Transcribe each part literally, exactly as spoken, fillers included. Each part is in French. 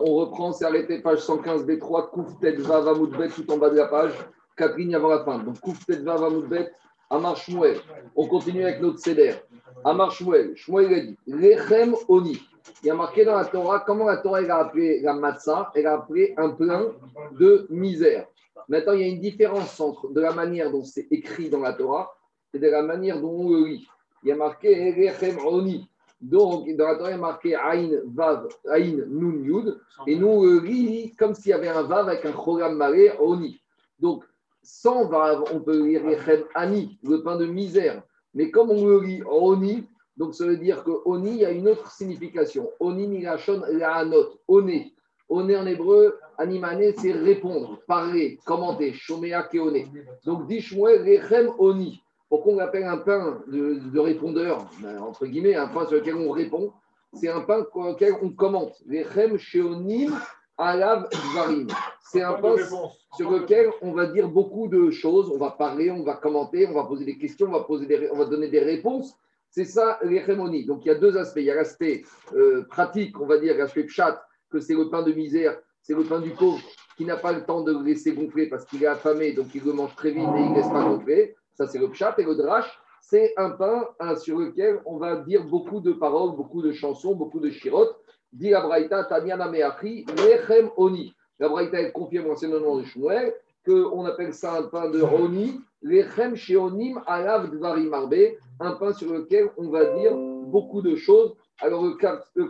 On reprend, c'est arrêté, page cent quinze B trois, Kouf Tet Vav Amud Bet, tout en bas de la page, quatre lignes avant la fin. Donc Kouf Tet Vav Amud Bet, Amar Shmuel. On continue avec notre Seder. Amar Shmuel. Shmuel a dit Lechem Oni. Il y a marqué dans la Torah, comment la Torah elle a appelé la matzah, elle a appelé un plein de misère. Maintenant, il y a une différence entre de la manière dont c'est écrit dans la Torah et de la manière dont on le lit. Il y a marqué Lechem Oni. Donc, dans la Torah, il y a marqué Aïn, Vav, Aïn, Nun, Yud. Et nous, on le lit comme s'il y avait un Vav avec un Cholam Malé, Oni. Donc, sans Vav, on peut lire Lechem Ani, le pain de misère. Mais comme on le lit Oni, donc ça veut dire que Oni a une autre signification. Oni Milachon Laanot, Oné. Oné en hébreu, animané, c'est répondre, parler, commenter. Shomea Keoné. Donc, dit Shmuel, Lechem Oni. Pourquoi on l'appelle un pain de, de répondeur, entre guillemets, un pain sur lequel on répond, c'est un pain sur lequel on commente. Lechem Sheonim Alav Dvarim. C'est un pain sur lequel on va dire beaucoup de choses, on va parler, on va commenter, on va poser des questions, on va, poser des, on va donner des réponses. C'est ça, Lechem Oni. Donc il y a deux aspects. Il y a l'aspect euh, pratique, on va dire, l'aspect pshat, que c'est le pain de misère, c'est le pain du pauvre qui n'a pas le temps de le laisser gonfler parce qu'il est affamé, donc il le mange très vite et il ne laisse pas gonfler. Ça, c'est le pshat. Et le drash, c'est un pain hein, sur lequel on va dire beaucoup de paroles, beaucoup de chansons, beaucoup de shirot. Dit la Braïta, Tanyana Meachi, Lechem Oni. La Braïta, elle confirme l'enseignement de Shmuel qu'on appelle ça un pain de Oni, Lechem Sheonim Alav Dvarim Arbe, un pain sur lequel on va dire beaucoup de choses. Alors, le,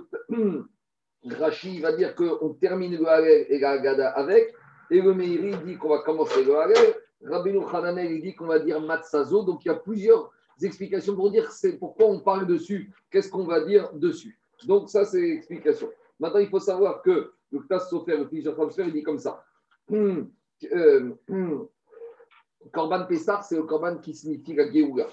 le Rashi va dire qu'on termine le Halel et la Haggadah avec, et le Meiri dit qu'on va commencer le Halel. Rabbeinu Hananel, il dit qu'on va dire Matzazo. Donc, il y a plusieurs explications pour dire c'est pourquoi on parle dessus. Qu'est-ce qu'on va dire dessus. Donc, ça, c'est l'explication. Maintenant, il faut savoir que le Ktas Sofer, le fils de Sofer, il dit comme ça. Hum, euh, hum, Korban Pessah, c'est le Korban qui signifie la Géoula.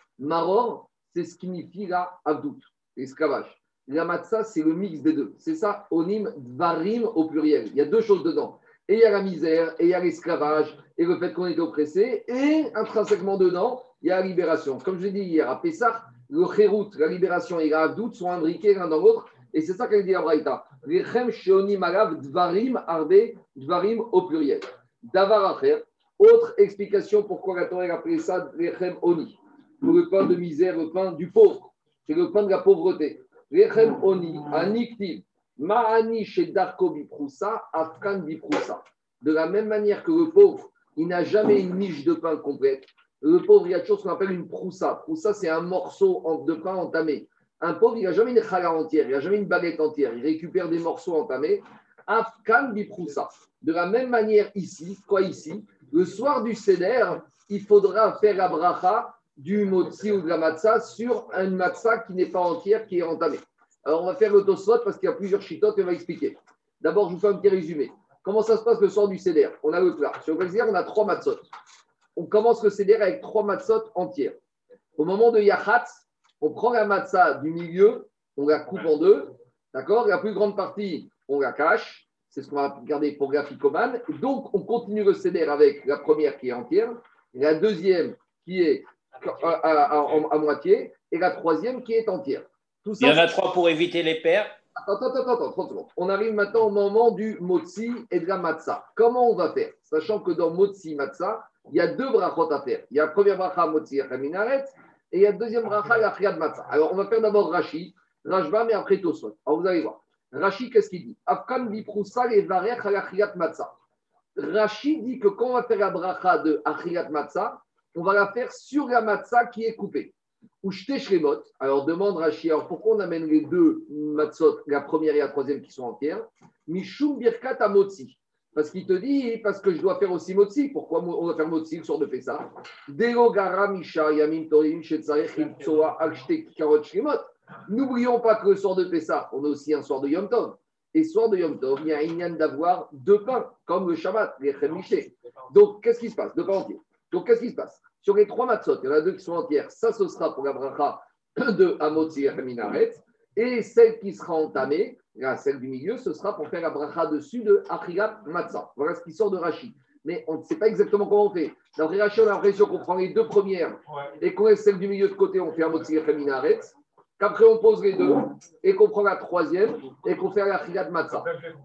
Maror, c'est ce qui signifie la Avdout, l'esclavage. La Matzah, c'est le mix des deux. C'est ça, Onim, Dvarim au pluriel. Il y a deux choses dedans. Et il y a la misère, et il y a l'esclavage, et le fait qu'on est oppressé, et intrinsèquement dedans, il y a la libération. Comme je l'ai dit hier, à Pessah, le Khérout, la libération et la Avdout sont imbriqués l'un dans l'autre, et c'est ça qu'elle dit à Braïta. Lechem Sheonim Alav Dvarim Arbe, Dvarim au pluriel. Davar Acher, autre explication pourquoi la Torah a appelé ça Lechem Oni, pour le pain de misère, le pain du pauvre, c'est le pain de la pauvreté. Lechem Oni, Aniktiv. Ma'ani chez Darko Biproussa, Afkan Biproussa. De la même manière que le pauvre, il n'a jamais une miche de pain complète. Le pauvre, il y a toujours ce qu'on appelle une proussa. Proussa, c'est un morceau de pain entamé. Un pauvre, il n'a jamais une chala entière, il n'a jamais une baguette entière. Il récupère des morceaux entamés. Afkan Biproussa. De la même manière ici, quoi ici, le soir du Seder, il faudra faire la bracha du motzi ou de la matzah sur une matzah qui n'est pas entière, qui est entamée. Alors, on va faire le Tosfot parce qu'il y a plusieurs chitotes et on va expliquer. D'abord, je vous fais un petit résumé. Comment ça se passe le soir du Seder? On a le plat. Sur le Seder, on a trois matzot. On commence le Seder avec trois matzot entières. Au moment de Yachatz, on prend la matzah du milieu, on la coupe en deux. D'accord? La plus grande partie, on la cache. C'est ce qu'on va regarder pour graphicoman. Donc, on continue le Seder avec la première qui est entière, la deuxième qui est à, à, à, à moitié et la troisième qui est entière. Tout ça, il y en a trois pour éviter les paires. Attends, attends, attends, trente secondes. On arrive maintenant au moment du motzi et de la matzah. Comment on va faire? Sachant que dans motzi matzah, il y a deux brachot à faire. Il y a la première bracha motzi et minaret et il y a la deuxième bracha la chiyat matzah. Alors, on va faire d'abord Rashi, Rashba, mais après Tosfot. Alors, vous allez voir. Rashi, qu'est-ce qu'il dit? Afkan biproussa et varech la chiyat matzah. Rashi dit que quand on va faire la bracha de achiyat matzah, on va la faire sur la matzah qui est coupée. Ou jeter shlemot. Alors demande Rashi, alors pourquoi on amène les deux matzot, la première et la troisième qui sont entières? Mishum birkat à motzi. Parce qu'il te dit, parce que je dois faire aussi motzi. Pourquoi on doit faire motzi le soir de Pessah? Dego gara misha yamim torim shetzarech imtsoa alshte karot shlemot. N'oublions pas que le soir de Pessah, on a aussi un soir de Yom Tov. Et soir de Yom Tov, il y a un inyan d'avoir deux pains, comme le Shabbat, les chem miché. Donc qu'est-ce qui se passe? Deux pains entiers. Donc qu'est-ce qui se passe? Sur les trois matzot, il y en a deux qui sont entières. Ça, ce sera pour la bracha de Hamotzi et Minaret. Et celle qui sera entamée, celle du milieu, ce sera pour faire la bracha dessus de Achirat Matzah. Voilà ce qui sort de Rashi. Mais on ne sait pas exactement comment on fait. D'après Rashi, on a l'impression qu'on prend les deux premières et qu'on laisse celle du milieu de côté, on fait Hamotzi et Minaret. Qu'après, on pose les deux et qu'on prend la troisième et qu'on fait la Achirat Matzah.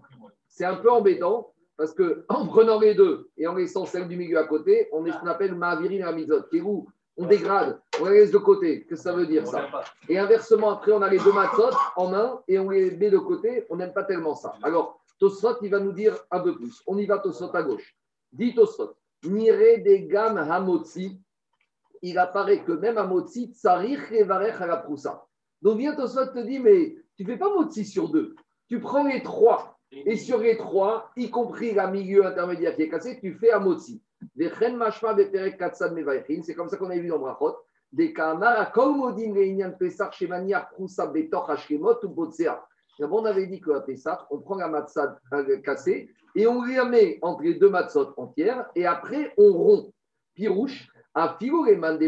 c'est un peu embêtant parce qu'en prenant les deux et en laissant celle du milieu à côté, on est ce qu'on appelle Mahavirim et Amizot. Et où on dégrade, on les laisse de côté. Qu'est-ce que ça veut dire ça? Et inversement, après, on a les deux matzot en main et on les met de côté. On n'aime pas tellement ça. Alors, Tosfot, il va nous dire un peu plus. On y va, Tosfot à gauche. Dit Tosfot, Nire des gam hamotzi. Il apparaît que même à Motzi, tsarich revarech à la proussa. Donc, bien Tosfot te dit, mais tu ne fais pas Motzi sur deux. Tu prends les trois. Et sur les trois, y compris la milieu intermédiaire qui est cassé, tu fais un Motzi. C'est comme ça qu'on a vu dans Brachot. Des kamara kolmodin reinian pesach shemaniar proussa betoch hashkemot ou botsea. On avait dit qu'à Pessah, on prend la matzah cassée et on la met entre les deux matzot entières et après on rompt. Pirouche. Donc, il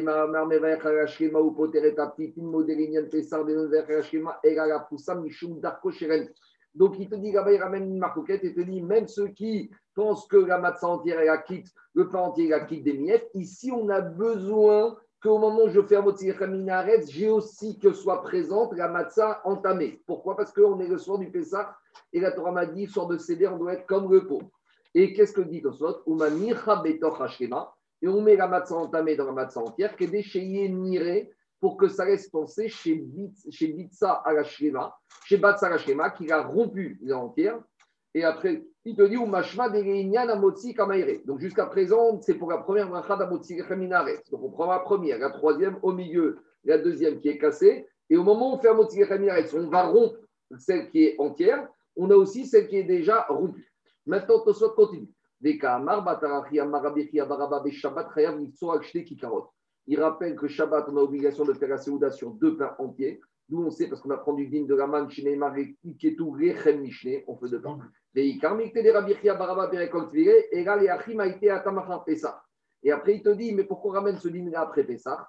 te dit, là-bas, il ramène une marcoquette et te dit, même ceux qui pensent que la matzah entière est la quitte, le pain entier est la quitte des miettes, ici, on a besoin qu'au moment où je fais un motzi minaret, j'ai aussi que soit présente la matzah entamée. Pourquoi? Parce qu'on est le soir du Pessah et la Torah m'a dit, soir de Seder, on doit être comme le pot. Et qu'est-ce que dit Tosfot? Et on met la matzah entamée dans la matzah entière, qui est déchayée niré, pour que ça laisse penser chez Bitsa à la Shlema, chez Batsa à la Shlema, qu'il a rompu l'entière. Et après, il te dit, ou mashma de Reinian amotzi kamaire. Donc jusqu'à présent, c'est pour la première bracha d'amotzi minaret. Donc on prend la première, la troisième au milieu, la deuxième qui est cassée. Et au moment où on fait amotzi minaret, on va rompre celle qui est entière. On a aussi celle qui est déjà rompue. Maintenant, Tosfot continue. Il rappelle que Shabbat, on a obligation de faire la Séouda sur deux pains entiers. D'où on sait, parce qu'on apprend du din de la man, on fait deux pains. Et après, il te dit, mais pourquoi on ramène ce din-là après Pessah?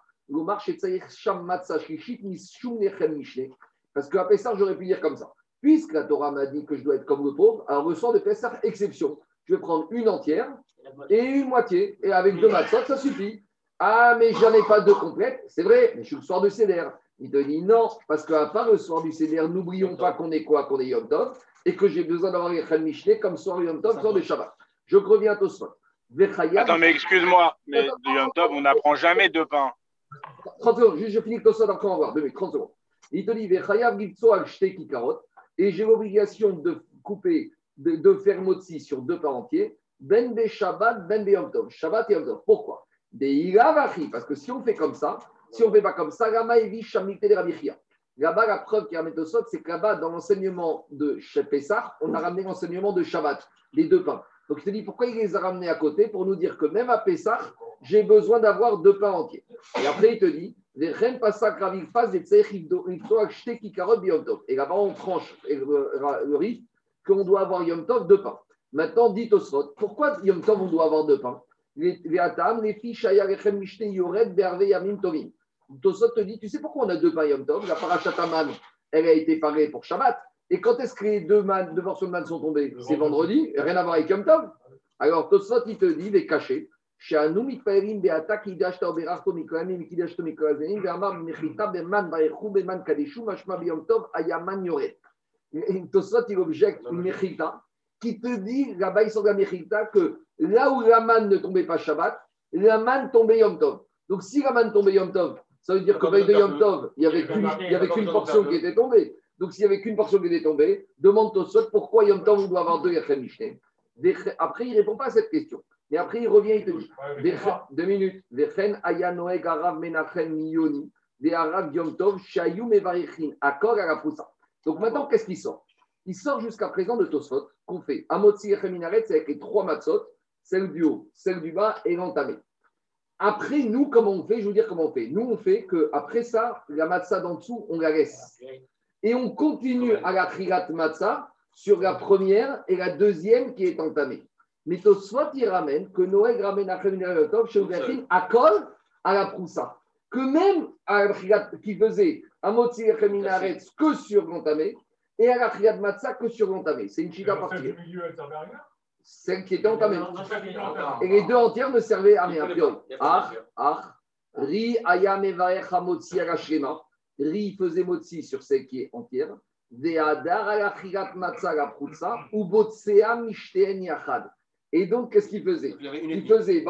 Parce qu'à Pessah, j'aurais pu dire comme ça. Puisque la Torah m'a dit que je dois être comme le pauvre, alors le soir de Pessah, exception. Je vais prendre une entière et une moitié. Et avec deux matzot, ça suffit. Ah, mais j'en ai pas deux complètes. C'est vrai, mais je suis le soir du Seder. Il te dit non, parce qu'à part le soir du Seder, n'oublions pas qu'on est quoi? Qu'on est Yom Tov et que j'ai besoin d'avoir les Chel Mishneh comme soir Yom Tov, soir de Shabbat. Je reviens à Tosfot. Attends, mais excuse-moi, mais du Yom Tov, on n'apprend jamais deux pains. trente secondes, juste je finis Tosfot, après on va voir. deux minutes, trente secondes. Il te dit Vechayav Gitso al Shte Kikarot et j'ai l'obligation de couper. De, de faire motzi sur deux pains entiers, ben be Shabbat, ben be Yom Tov. Shabbat et Yom Tov. Pourquoi? Des ilavachi, parce que si on fait comme ça, si on ne fait pas comme ça, Rama Evi Shamikte de Rabichia. Là-bas, la preuve qui ramène au sot, c'est que là-bas, dans l'enseignement de Pessah, on a ramené l'enseignement de Shabbat, les deux pains. Donc il te dit pourquoi il les a ramenés à côté pour nous dire que même à Pessah, j'ai besoin d'avoir deux pains entiers. Et après, il te dit, les reines passak ravil fas des tsechido shte kikarot bi Yom Tov. Et là-bas, on tranche le, le riz qu'on doit avoir Yom Tov deux pains. Maintenant, dit Tosfot, pourquoi Yom Tov on doit avoir deux pains? Les Atam, les filles Shaya Rechem Mishne Yored Berve Yamim Tovim. Tosfot te dit, tu sais pourquoi on a deux pains Yom Tov? La parashat Aman, elle a été parée pour Shabbat. Et quand est-ce que les deux, man, deux morceaux de man sont tombés? C'est vendredi, rien à voir avec Yom Tov. Alors Tosfot, il te dit, les cachés. Chez Anou Mitpaerim Beata Kidash Taoberachto Mikoamim Mikidash Tomikoazim Vermar Mechita Beman Baechu Beman Kadeshu Mashma Biyom Tov Ayaman Yored. Tosfot, il objecte une mechita qui te dit, là-bas, ils sont de la mechita, que là où la manne ne tombait pas Shabbat, la manne tombait Yom Tov. Donc, si la manne tombait Yom Tov, ça veut dire que veille de Yom Tov, il n'y avait qu'une, il y avait qu'une portion qui était tombée. Donc, s'il n'y avait qu'une portion qui était tombée, demande Tosfot pourquoi Yom Tov, on doit avoir deux Yachem Mishneh. Après, il ne répond pas à cette question. Mais après, il revient, il te dit, deux minutes, Vechen Ayanoeg Arav Menachem Miyoni, des Arav Yom Tov, Shayum Evarichin, accord à la poussa. Donc maintenant, qu'est-ce qui sort? Il sort jusqu'à présent de Tosfot, qu'on fait Amotzi et Minaret, c'est avec les trois matzot, celle du haut, celle du bas et l'entamée. Après, nous, comment on fait? Je vais vous dire comment on fait. Nous, on fait qu'après ça, la matzah d'en dessous, on la laisse. Et on continue à la trilat matzah sur la première et la deuxième qui est entamée. Mais Tosfot, il ramène que Noé ramène à Minaret, chez Ouvertin, accorde à la proussa. Que même à la trilat qui faisait Amotzi et Minaret que sur l'entamé, et à la trilat matzah que sur l'entamé. C'est une chita particulière. Celle qui était entamée. Et les deux entières ne servaient à rien. Ah, ah, Ri ayam evaech hamotzi ala shlema. Ri faisait motzi sur celle qui est entière. Et donc, qu'est-ce qu'il faisait? Il faisait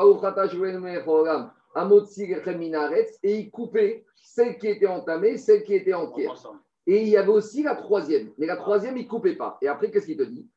et il coupait celle qui était entamée, celle qui était entière. Et il y avait aussi la troisième. Mais la troisième, il ne coupait pas. Et après, qu'est-ce qu'il te dit?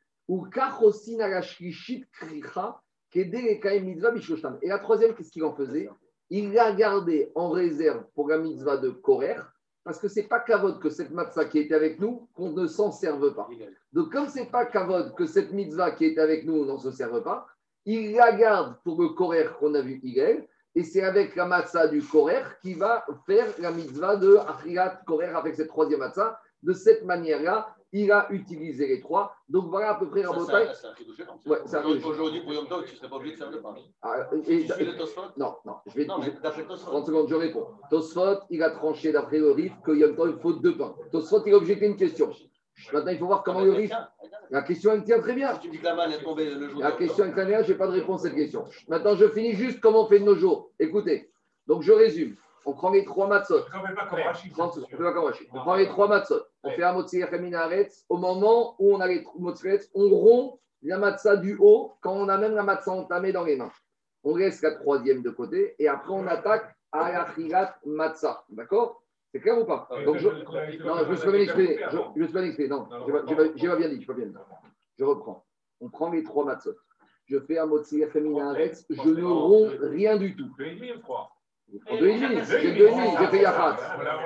Et la troisième, qu'est-ce qu'il en faisait? Il l'a gardée en réserve pour la mitzvah de Korer, parce que ce n'est pas kavod que cette matzah qui était avec nous, qu'on ne s'en serve pas. Donc, comme ce n'est pas kavod que cette mitzvah qui est avec nous, on n'en se serve pas, il la garde pour le Korer qu'on a vu hier, et c'est avec la matzah du Korer qu'il va faire la mitzvah de Achilat Korer avec cette troisième matzah. De cette manière-là, il a utilisé les trois. Donc voilà à peu près Rabotai. C'est un chidouché. Ouais, c'est un Aujourd'hui, pour Yom Tov, tu ne serais pas obligé de faire le pain. Ah, et, Tu suis le Tosfot? Non, non. Je vais, non, mais je, d'après Tosfot. trente secondes, je réponds. Tosfot, il a tranché d'après le Rif que Yom Tov, il faut deux pains. Tosfot, il a objecté une question. Maintenant, il faut voir comment le Rif. La question, elle tient très bien. Si tu dis que la manne est tombée le jour. La question, elle tient bien. Je n'ai pas de réponse à cette question. Maintenant, je finis juste comment on fait de nos jours. Écoutez. Donc, je résume. On prend les trois matzot. On ne fait pas comme Rachid. On prend les trois matzot. On fait un motzi minaretz. Au moment où on a les motzret, on rompt la matzah du haut quand on a même la matzah entamée dans les mains. On laisse la troisième de côté et après on attaque à la chilat matzah. D'accord? C'est clair ou pas? Donc je... Non, je ne me suis pas bien exprimé. Je ne me suis pas bien exprimé. Non, je n'ai pas bien dit. Je pas bien dit. Je reprends. On prend les trois matzot. Je fais un motzi minaretz. Je ne romps rien du tout. En deux et demi, j'ai deux et demi, j'ai fait Yachat.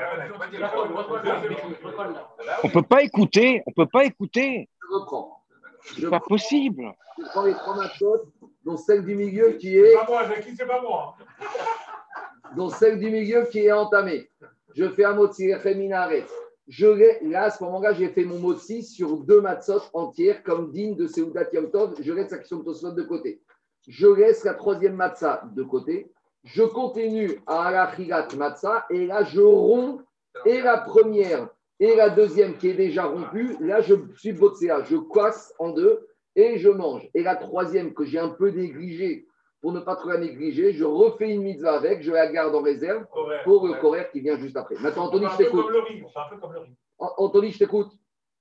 On ne peut pas écouter, on peut pas écouter. Je reprends. C'est pas possible. Je prends les trois matzot, dont celle du milieu qui est. C'est pas moi, j'ai qui, c'est pas moi. Dont celle du milieu qui est entamée. Je fais un motzi minaret. Je là, à ce moment-là, j'ai fait mon motzi sur deux matzot entières, comme digne de Seudat Yom Tov. Je laisse la question de Tosfot de côté. Je laisse la troisième matzah de côté. Je continue à la chilat matzah et là je romps et la première et la deuxième qui est déjà rompue. Là je suis botséa, je casse en deux et je mange. Et la troisième que j'ai un peu négligée pour ne pas trop la négliger, je refais une mitzvah avec, je la garde en réserve pour le Korer qui vient juste après. Maintenant Anthony, je t'écoute. Anthony, je t'écoute.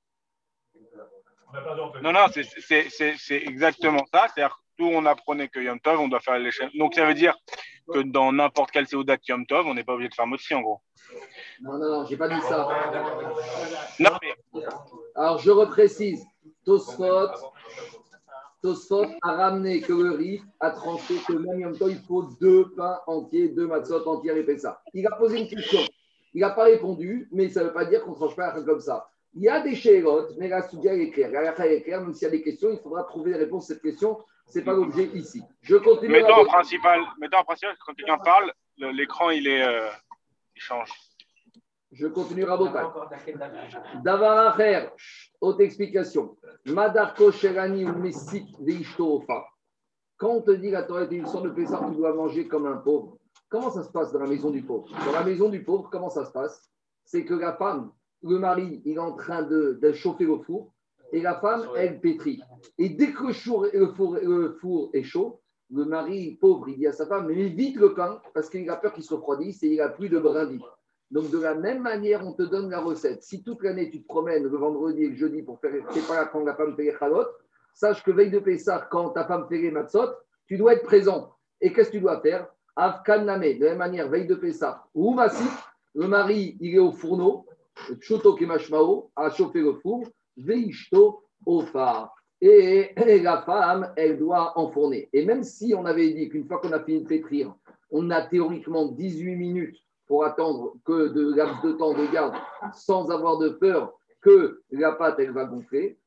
Non, non, c'est, c'est, c'est, c'est exactement ça. C'est-à-dire tout on apprenait que Yom Tov, on doit faire l'échelle. Donc ça veut dire que dans n'importe quel Seudat Yom Tov, on n'est pas obligé de faire motzi en gros. Non, non, non, j'ai pas dit ça. Non, mais... Alors je reprécise. Tosfot, Tosfot a ramené que le Rif a tranché que même Yom Tov, il faut deux pains entiers, deux matzot entières et fait ça. Il a posé une question. Il n'a pas répondu, mais ça ne veut pas dire qu'on ne tranche pas un comme ça. Il y a des chérotes, mais la Soudia est claire. La Lacha est claire, même s'il y a des questions, il faudra trouver les réponses à cette question. Ce n'est pas l'objet ici. Je continue. Mettons en principal, mettons en principal, quand quelqu'un parle, le, l'écran, il, est, euh, il change. Je continue Rabotai. Davar Acher, haute explication. Madarko Sherani ou Messik Deishto Ofa. Quand on te dit la Torah est une sorte de Pessah, tu dois manger comme un pauvre. Comment ça se passe dans la maison du pauvre? Dans la maison du pauvre, comment ça se passe? C'est que la femme, le mari, il est en train de, de chauffer le four et la femme, elle pétrit. Et dès que le four, le four, le four est chaud, le mari pauvre, il dit à sa femme, mais vite le pain parce qu'il a peur qu'il se refroidisse et il n'a plus de brindilles. Donc de la même manière, on te donne la recette. Si toute l'année, tu te promènes le vendredi et le jeudi pour faire, c'est pas quand la femme fait les chalotes, sache que veille de Pessah, quand ta femme fait les matzot, tu dois être présent. Et qu'est-ce que tu dois faire? Avkan Namé, de la même manière, veille de Pessah, ou Massif, le mari, il est au fourneau, Choto Kemashmao, a chauffé le four, Veishto Ofa. Et, et la femme, elle doit enfourner. Et même si on avait dit qu'une fois qu'on a fini de pétrir, on a théoriquement dix-huit minutes pour attendre que de laps de temps de garde, sans avoir de peur que la pâte, elle va gonfler,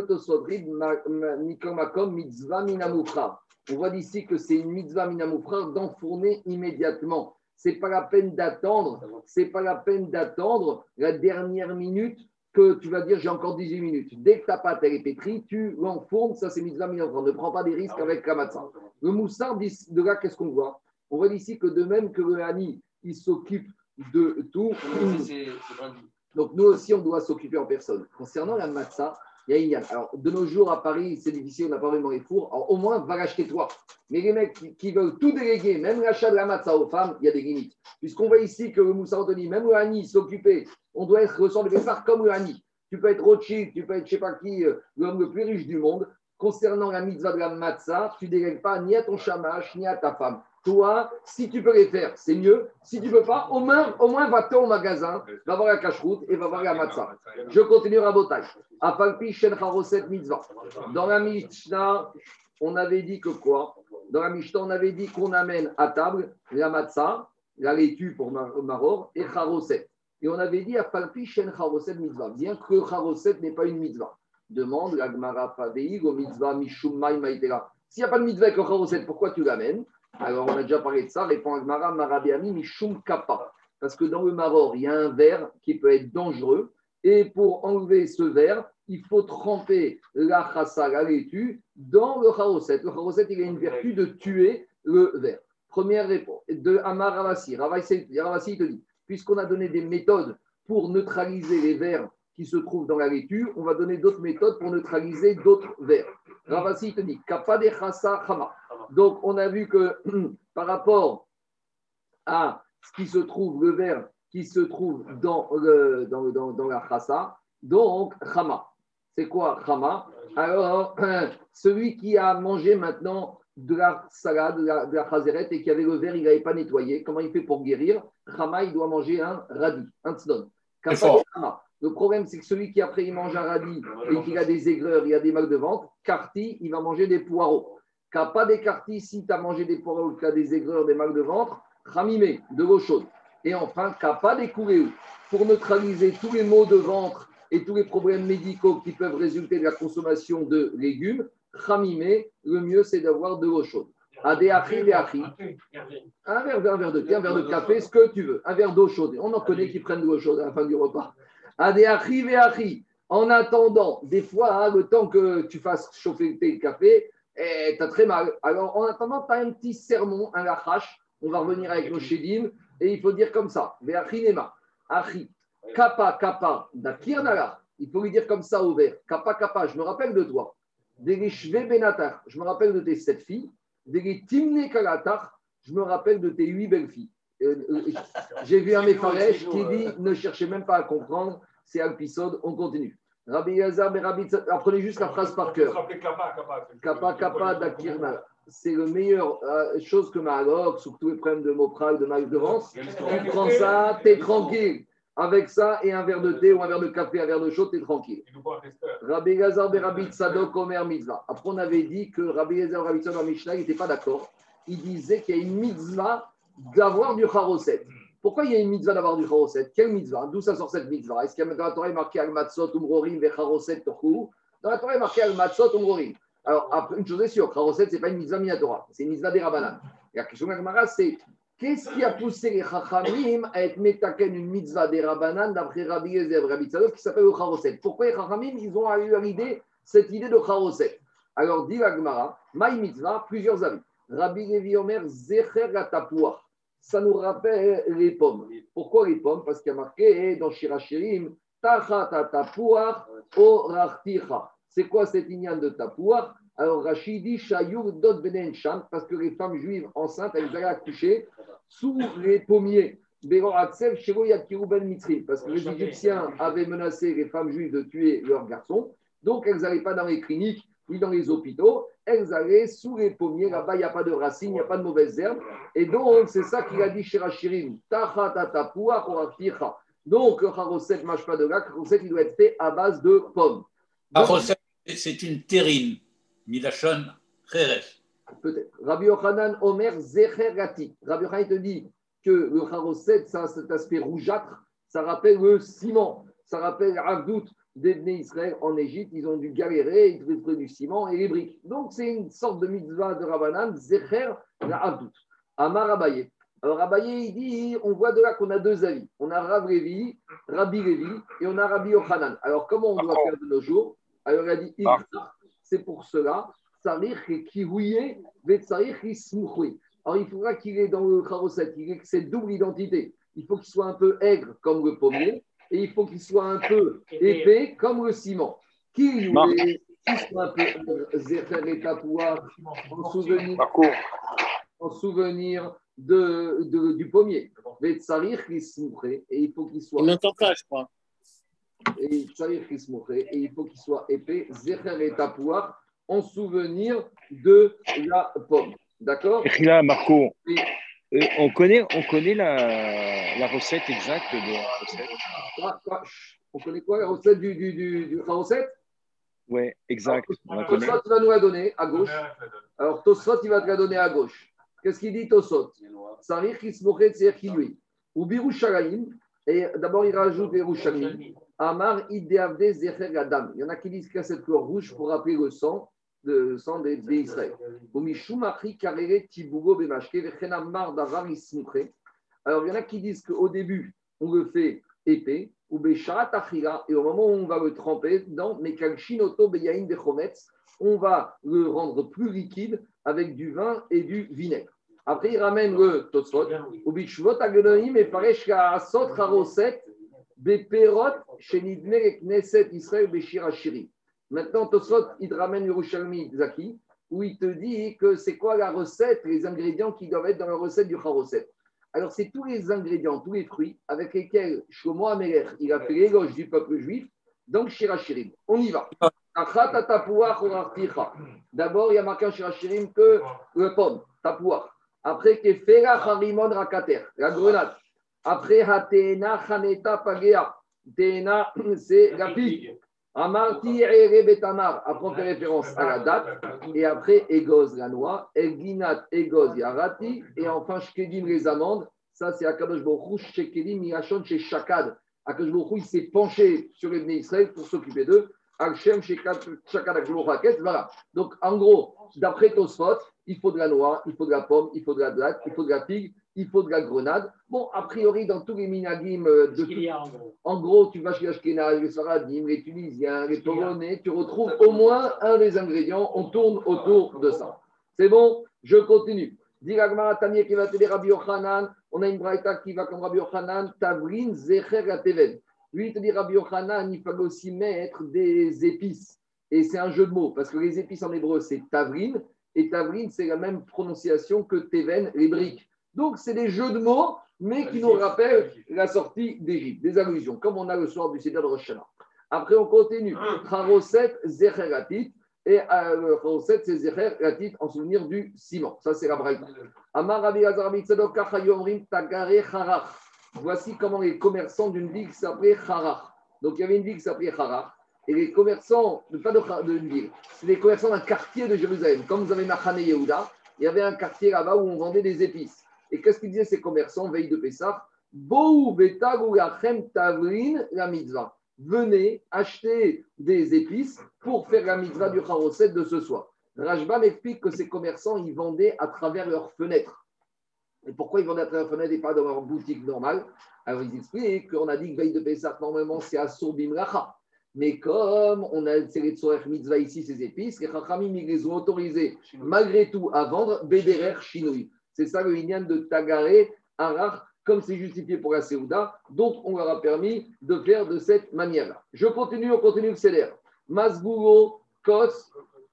mitzvah minamufra. On voit d'ici que c'est une mitzvah minamufra d'enfourner immédiatement. C'est pas la peine d'attendre, c'est pas la peine d'attendre la dernière minute que tu vas dire j'ai encore dix-huit minutes. Dès que ta pâte elle est pétrie, tu l'enfournes, ça c'est mitzvah minamufra. Ne prends pas des risques avec la matzah. Le moussard, de là, qu'est-ce qu'on voit? On voit d'ici que de même que le hani, il s'occupe de tout. C'est, c'est Donc nous aussi, on doit s'occuper en personne. Concernant la matzah, il y a une yann. Alors, de nos jours, à Paris, c'est difficile, on n'a pas vraiment les fours. Alors, au moins, va l'acheter toi. Mais les mecs qui, qui veulent tout déléguer, même l'achat de la matzah aux femmes, il y a des limites. Puisqu'on voit ici que le Moussa Anthony, même le hani, s'occuper, on doit être ressort de Pessah comme le hani. tu peux être Rothschild, tu peux être je ne sais pas qui, euh, l'homme le plus riche du monde. Concernant la mitzvah de la matzah, tu ne délègues pas ni à ton shamash, ni à ta femme. Toi, si tu peux les faire, c'est mieux. Si tu ne peux pas, au moins, au moins va-t'en au magasin, va voir la cache-route et va voir la matzah. Je continue à Rabotai. Afalpi shen charoset mitzvah. Dans la Mishnah, on avait dit que quoi? Dans la Mishnah, on avait dit qu'on amène à table la matzah, la laitue pour maror et charoset. Et on avait dit Afalpi shen charoset mitzvah. Bien que charoset n'est pas une mitzvah. Demande la Gemara Padeig au mitzvah Mishum Mai Maïtera. S'il n'y a pas de mitzvah avec le charoset, pourquoi tu l'amènes? Alors on a déjà parlé de ça. Répond la Gemara Marabiami Mishum Kappa. Parce que dans le maror, il y a un verre qui peut être dangereux. Et pour enlever ce verre, il faut tremper la chassa, la laitue, dans le charoset. Le charoset, il a une vertu de tuer le verre. Première réponse de Amar Ravasi. Ravasi te dit, puisqu'on a donné des méthodes pour neutraliser les vers qui se trouvent dans la laitue, on va donner d'autres méthodes pour neutraliser d'autres vers. Ravasi te dit, Kappa de Chassa Chama. Donc, on a vu que par rapport à ce qui se trouve, le ver qui se trouve dans, le, dans, dans, dans la Chassa, donc Chama. C'est quoi Chama? Alors, celui qui a mangé maintenant de la salade, de la, de la chazeret et qui avait le verre, il n'avait pas nettoyé. Comment il fait pour guérir? Chama, il doit manger un radis, un tznon. Le problème, c'est que celui qui après il mange un radis et qu'il a des aigreurs, il a des mal de ventre, karti, il va manger des poireaux. Kappa des karti, si tu as mangé des poireaux, tu as des aigreurs, des mal de ventre, chamimé, de l'eau chaude. Et enfin, kappa des kouréou, pour neutraliser tous les maux de ventre et tous les problèmes médicaux qui peuvent résulter de la consommation de légumes, chamimé, le mieux c'est d'avoir de l'eau chaude. Adéachi, véachi. Un verre, un verre de thé, un verre de café, ce que tu veux. Un verre d'eau chaude. On en connaît qui prennent de l'eau chaude à la fin du repas. Adéachi, véachi. En attendant, des fois, hein, le temps que tu fasses chauffer le thé et le café, eh, tu as très mal. Alors, en attendant, tu as un petit sermon, un lachash. On va revenir avec nos chédim. Et il faut dire comme ça. Véachi, nema. Achi. Kappa, kappa. Dakirnala. Il faut lui dire comme ça au verre. Kappa, kappa. Je me rappelle de toi. Degeshve benatar. Je me rappelle de tes sept filles. Timne Kalatar, je me rappelle de tes huit belles-filles. Euh, euh, j'ai vu un Mefaresh qui dit ne cherchez même pas à comprendre, c'est Alpisode, on continue. Rabbi Yazar, Rabbi apprenez juste la phrase par cœur. Kappa, kappa, dakirna. C'est le meilleur euh, chose que Mahalok, sur tous les problèmes de Mopral, de mal de ventre. Tu prends ça, t'es tranquille. Avec ça et un verre de thé ou un verre de café, un verre de chaud, t'es tranquille. Rabbi Gazar et Rabbi Tzadok Omer Mitzvah. Après, on avait dit que Rabbi Gazar et Rabbi Tzadok dans Mishnah n'étaient pas d'accord. Ils disaient qu'il y a une mitzvah d'avoir du charoset. Pourquoi il y a une mitzvah d'avoir du charoset? Quelle mitzvah? D'où ça sort cette mitzvah? Est-ce qu'il y a dans la Torah marqué Al-Matzot, Umrorim, ve charoset Tochu? Dans la Torah marqué Al-Matzot, Umrorim. Alors, après, une chose est sûre, charoset, ce n'est pas une mitzvah minatora, c'est une mitzvah des Rabbanan. Et la question de la Gemara, c'est qu'est-ce qui a poussé les Chachamim à être métaken une mitzvah des Rabbanan d'après Rabbi Yezer, Rabbi Tzadok qui s'appelle le charoset? Pourquoi les Chachamim, ils ont eu à l'idée, cette idée de charoset? Alors, dit la Gemara, Maï mitzvah, plusieurs avis. Rabbi Levi Omer, Zecher Gatapouach. Ça nous rappelle les pommes. Pourquoi les pommes? Parce qu'il y a marqué dans Shirachirim, Tachat Tapouach Orachticha. C'est quoi cette ignan de Tapouach? Alors, Rachid dit Shayur Dot Benen Sham, parce que les femmes juives enceintes, elles allaient accoucher sous les pommiers. Parce que les Égyptiens avaient menacé les femmes juives de tuer leurs garçons. Donc, elles n'allaient pas dans les cliniques ni dans les hôpitaux. Elles allaient sous les pommiers. Là-bas, il n'y a pas de racines, il n'y a pas de mauvaises herbes. Et donc, c'est ça qu'il a dit chez Rachirim. Donc, le charoset ne marche pas de là. Le charoset, il doit être fait à base de pommes. Charoset, c'est une terrine. Milachon Cheres. Peut-être. Rabbi Yochanan Omer Zecherati. Rabbi Yochanan te dit que le charoset, ça a cet aspect rougeâtre, ça rappelle le ciment, ça rappelle Avdout des Bnei Israël en Égypte. Ils ont dû galérer, ils trouvaient du ciment et les briques. Donc, c'est une sorte de mitzvah de Rabbanan, Zecher la Avdout. Amar Abaye. Alors, Abaye, il dit on voit de là qu'on a deux avis. On a Rav Lévi, Rabbi Lévi et on a Rabbi Yochanan. Alors, comment on doit faire de nos jours? Alors, il a dit c'est pour cela, Tsarich et Kirouye, Vetsarich et Smouchoui. Alors, il faudra qu'il ait dans le charoset, il ait cette double identité. Il faut qu'il soit un peu aigre comme le pommier et il faut qu'il soit un peu épais comme le ciment. Qu'il soit un peu Zéfer et Tapouar en souvenir, en souvenir de, de, du pommier. Vetsarich et Smouchoui. Et il faut qu'il soit. Il n'entend pas, je crois. et Tsarich Kismoché, et il faut qu'il soit épais, Zecher et Tapouar, en souvenir de la pomme. D'accord? Et là, Marco, Et, euh, on connaît, on connaît la, la recette exacte de la recette. ah, ah, chut, on connaît quoi la recette du, du, du, du recette? Ouais, exact. On la Alors, connaît. Tosfot, il va nous la donner à gauche. Alors, Tosfot, il va te la donner à gauche. Qu'est-ce qu'il dit, Tosfot? Sarich Kismochet Tserkilui. Ou Birushalayim. Et d'abord, il rajoute Birushalayim. Amar Ideavde Zecher Adam. Il y en a qui disent qu'il y a cette couleur rouge pour rappeler le sang, le sang des d'Israël. Ou Mishumachri Karere Tibugo Bemashke Vechenamar Davar Ismouche. Alors, il y en a qui disent qu'au début, on le fait épais, ou Besharat Achira, et au moment où on va le tremper dans Mekalshinoto Beyain Bechometz, on va le rendre plus liquide avec du vin et du vinaigre. Après, il ramène le Totsfot, ou Bishvot Agenoim et Paresh Kaasot Haroset Beperot Shenidme Knesset Israël Beshir Ashiri. Maintenant, Totsfot, il te ramène Yerushalmi Zaki, où il te dit que c'est quoi la recette, les ingrédients qui doivent être dans la recette du Haroset. Alors, c'est tous les ingrédients, tous les fruits avec lesquels Shlomo Amelech, il a fait l'éloge du peuple juif, donc Shirachirim. On y va. D'abord, il y a marqué en Shirachirim que le pomme, tapouach. Après, Kefera Harimon Rakater, la grenade. Après, Hatena Haneta Pagea. Tena, c'est la pique. Amarti Ere Betamar. Après, on fait référence à la date. Et après, Egoz la noix. Elginat Egoz Yarati. Et enfin, Shkedim les amandes. Ça, c'est Akadosh Baruch Hu, Shekedim Mirachon chez Shakad. Akadosh Baruch Hu, il s'est penché sur les Bnei Israël pour s'occuper d'eux. Al-Shem, Shakad, Akadosh Baruch Hu. Voilà. Donc, en gros, d'après Tosfot, il faut de la noix, il faut de la pomme, il faut de la date, il faut de la figue, il faut de la grenade. Bon, a priori, dans tous les minagim, de tout, en, gros. en gros, tu vas chez Ashkenaz, les Saradim, les Tunisiens, les Polonais, tu retrouves au moins un des ingrédients. On tourne autour de ça. C'est bon? Je continue. Diragmara Tamier qui va t'aider Rabbi Yochanan. On a une braïta qui va comme Rabbi Yochanan. Tavrin Zecher Gateven. Lui, il te dit Rabbi Yochanan, il fallait aussi mettre des épices. Et c'est un jeu de mots, parce que les épices en hébreu, c'est Tavrin. Et Tavrin, c'est la même prononciation que Teven, les briques. Donc, c'est des jeux de mots, mais qui nous rappellent la sortie d'Égypte, des allusions, comme on a le soir du Seder de Rosh Hashanah. Après, on continue. Charoset Zecher Gatit. Et le Charoset, c'est Zecher Gatit en souvenir du ciment. Ça, c'est la braïta. Amar Rabbi Hazar Rabbi Tzadok Kachayomrim Tagare Charach. Voici comment les commerçants d'une ville qui s'appelait Charach. Donc, il y avait une ville qui s'appelait Charach. Et les commerçants, pas de, de ville, c'est les commerçants d'un quartier de Jérusalem. Comme vous avez Machane Yehuda, il y avait un quartier là-bas où on vendait des épices. Et qu'est-ce qu'ils disaient ces commerçants, veille de Pessah? Bou betagu lachem tavrin la mitzvah. Venez acheter des épices pour faire la mitzvah du Charoset de ce soir. Rajba m'explique que ces commerçants, ils vendaient à travers leurs fenêtres. Et pourquoi ils vendaient à travers leurs fenêtres et pas dans leur boutique normale? Alors ils expliquent qu'on a dit que veille de Pessah, normalement, c'est Asur Bimlacha. Mais comme on a c'est les Tsorech Mitzvah ici, ces épices, les Chachamim, ils les ont autorisés malgré tout à vendre Bederer Chinoui. C'est ça le Inyan de Tagare, Arach, comme c'est justifié pour la Séouda, donc on leur a permis de faire de cette manière-là. Je continue, on continue le C D R. Masgouo, Kos,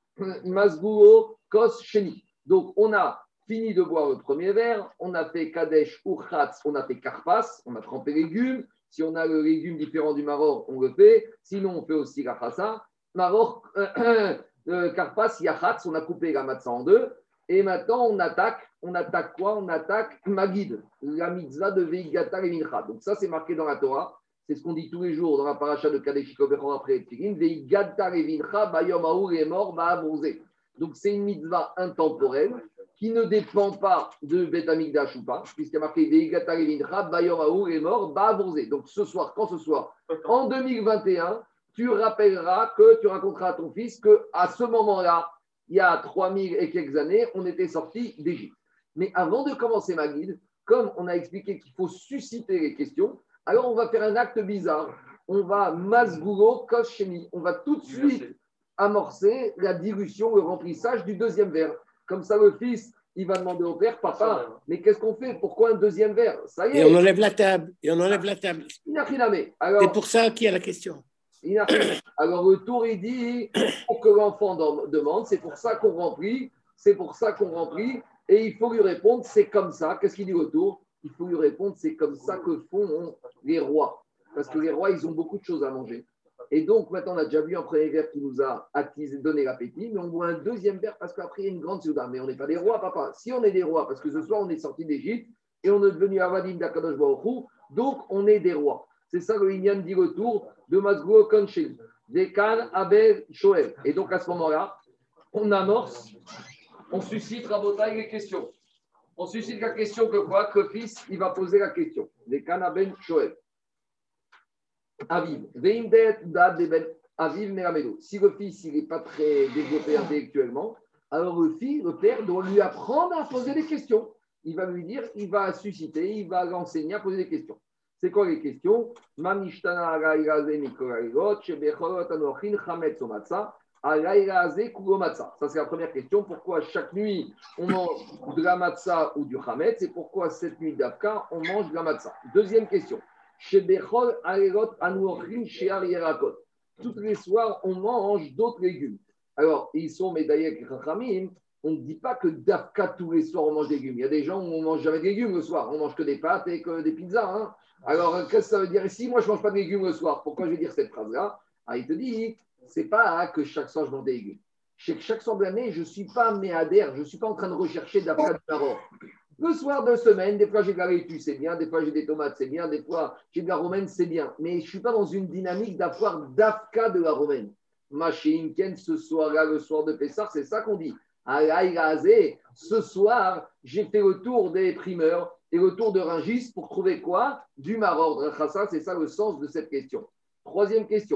Masgouo, Kos, Sheni. Donc on a fini de boire le premier verre, on a fait Kadesh ou Khatz, on a fait Karpas, on a trempé légumes. Si on a le légume différent du maror, on le fait. Sinon, on fait aussi la chassa. Maror, euh, euh, karpas, yachatz, on a coupé la matzah en deux. Et maintenant, on attaque. On attaque quoi? On attaque Magid, la mitzvah de Veigata et Mincha. Donc ça, c'est marqué dans la Torah. C'est ce qu'on dit tous les jours dans la paracha de Kadesh Kobechor après le Tfilin. Veigata et Mincha, bayom haour et mort, ba'avrouzé. Donc c'est une mitzvah intemporelle qui ne dépend pas de Beth Amikdash ou pas, puisqu'il y a marqué Veigata et Mincha, bayom haour et mort, ba'avrouzé. Donc ce soir, quand ce soir, en deux mille vingt et un, tu rappelleras que tu raconteras à ton fils qu'à ce moment-là, il y a trois mille et quelques années, on était sorti d'Égypte. Mais avant de commencer ma guide, comme on a expliqué qu'il faut susciter les questions, alors on va faire un acte bizarre. On va masgoulo koshemi. On va tout de suite amorcer la dilution, le remplissage du deuxième verre. Comme ça, le fils, il va demander au père, papa, mais qu'est-ce qu'on fait? Pourquoi un deuxième verre? Ça y est. Et on enlève la table. Et on enlève la table. Alors, c'est pour ça qu'il y a la question. Alors, le tour, il dit, pour que l'enfant demande, c'est pour ça qu'on remplit, c'est pour ça qu'on remplit, et il faut lui répondre, c'est comme ça. Qu'est-ce qu'il dit au tour? Il faut lui répondre, c'est comme ça que font les rois. parce que les rois, ils ont beaucoup de choses à manger. Et donc, maintenant, on a déjà vu un premier verre qui nous a attisé, donné l'appétit, mais on boit un deuxième verre parce qu'après, il y a une grande souda. Mais on n'est pas des rois, papa. Si on est des rois, parce que ce soir, on est sorti d'Égypte et on est devenu Avadim d'Akadosh Baruch Hu, donc on est des rois. C'est ça le Inyan dit retour de Mazgo Konchel, des Khan Abel Shoel. Et donc, à ce moment-là, on amorce, on suscite, Rabotai, les questions. On suscite la question que quoi? Que le fils, il va poser la question. Des Khan Abel Shoel. Aviv. Aviv Meramedo. Si le fils il n'est pas très développé intellectuellement, alors le fils, le père, doit lui apprendre à poser des questions. Il va lui dire, il va susciter, il va l'enseigner à poser des questions. C'est quoi les questions? Ça, c'est la première question. Pourquoi chaque nuit, on mange de la matzah ou du chametz? Et pourquoi cette nuit d'Afka, on mange de la matzah? Deuxième question. Toutes les soirs, on mange d'autres légumes. Alors, ils sont médaillés avec Rachamim. On ne dit pas que d'Afka, tous les soirs, on mange des légumes. Il y a des gens où on ne mange jamais de légumes le soir. On mange que des pâtes et que des pizzas. Hein. Alors, qu'est-ce que ça veut dire ici? Moi, je ne mange pas de légumes le soir. Pourquoi je vais dire cette phrase-là? Ah, il te dit, ce n'est pas que chaque soir, je mange des légumes. Je sais que chaque soir de l'année, je ne suis pas méadère. Je ne suis pas en train de rechercher d'Afka de Maror. Le soir de semaine, des fois j'ai de la laitue, c'est bien, des fois j'ai des tomates, c'est bien, des fois j'ai de la romaine, c'est bien. Mais je ne suis pas dans une dynamique d'avoir d'Afka de la romaine. Machin, Ken, ce soir-là, le soir de Pessah, c'est ça qu'on dit. Ce soir, j'ai fait le tour des primeurs et le tour de Rungis pour trouver quoi? Du maror. C'est ça le sens de cette question. Troisième question.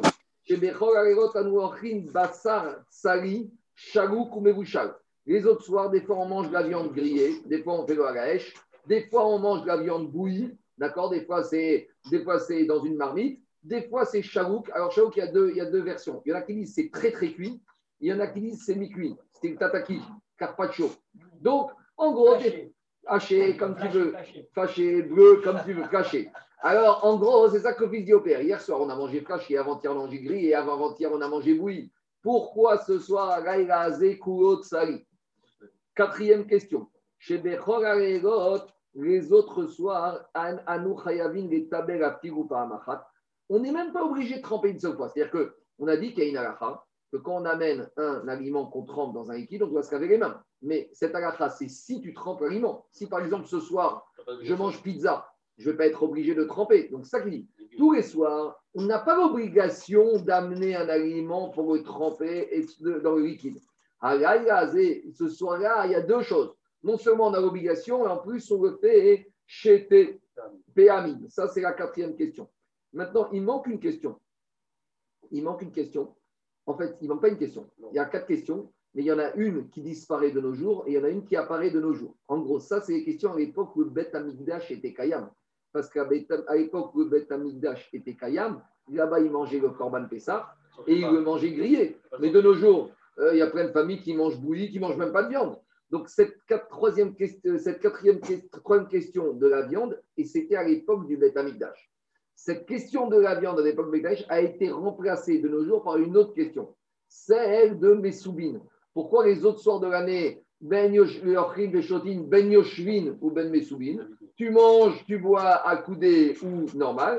Les autres soirs, des fois, on mange de la viande grillée, des fois, on fait le hagaèche, des fois, on mange de la viande bouillie, d'accord? Des fois, c'est, des fois, c'est dans une marmite, des fois, c'est chavouk. Alors, chavouk, il y a deux, il y a deux versions. Il y en a qui disent c'est très, très cuit, il y en a qui disent c'est mi-cuit. C'est le tataki, carpaccio. Donc, en gros, haché, haché comme tu veux, fâché, bleu, comme tu veux, caché. Alors, en gros, c'est ça que le fils dit au père. Hier soir, on a mangé fâché, avant-hier, on a mangé gris, et avant-hier, on a mangé bouilli. Pourquoi ce soir, Gaïla Azé, Koulot, Sali? Quatrième question. Chez Bechor Aregot, les autres soirs, Anou Chayavin, les Tabel à Piroupa Amachat, on n'est même pas obligé de tremper une seule fois. C'est-à-dire qu'on a dit qu'il y a une halakha, que quand on amène un aliment qu'on trempe dans un liquide, on doit se laver les mains. Mais cette halakha, c'est si tu trempes l'aliment. Si par exemple ce soir, je mange pizza, je ne vais pas être obligé de tremper. Donc, c'est ça qu'il dit. Tous les soirs, on n'a pas l'obligation d'amener un aliment pour le tremper dans le liquide. Ce soir-là, il y a deux choses. Non seulement on a l'obligation, et en plus on le fait chez Péamine. Ça, c'est la quatrième question. Maintenant, il manque une question. Il manque une question. En fait, il ne manque pas une question. Il y a quatre questions, mais il y en a une qui disparaît de nos jours et il y en a une qui apparaît de nos jours. En gros, ça, c'est les questions à l'époque où le Beth Amikdash était Kayam. Parce qu'à l'époque où le Beth Amikdash était Kayam, là-bas, ils mangeaient le Korban Pessah et ils le mangeaient grillé. Mais de nos jours, Euh, il y a plein de familles qui mangent bouilli, qui ne mangent même pas de viande. Donc, cette, quatre, troisième, cette quatrième troisième question de la viande, et c'était à l'époque du Beth Amikdash. Cette question de la viande à l'époque du Beth Amikdash a été remplacée de nos jours par une autre question, celle de Messoubine. Pourquoi les autres soirs de l'année, Ben Yoshvin, Ben Yoshvin ou Ben Messoubine, tu manges, tu bois à coudé ou normal,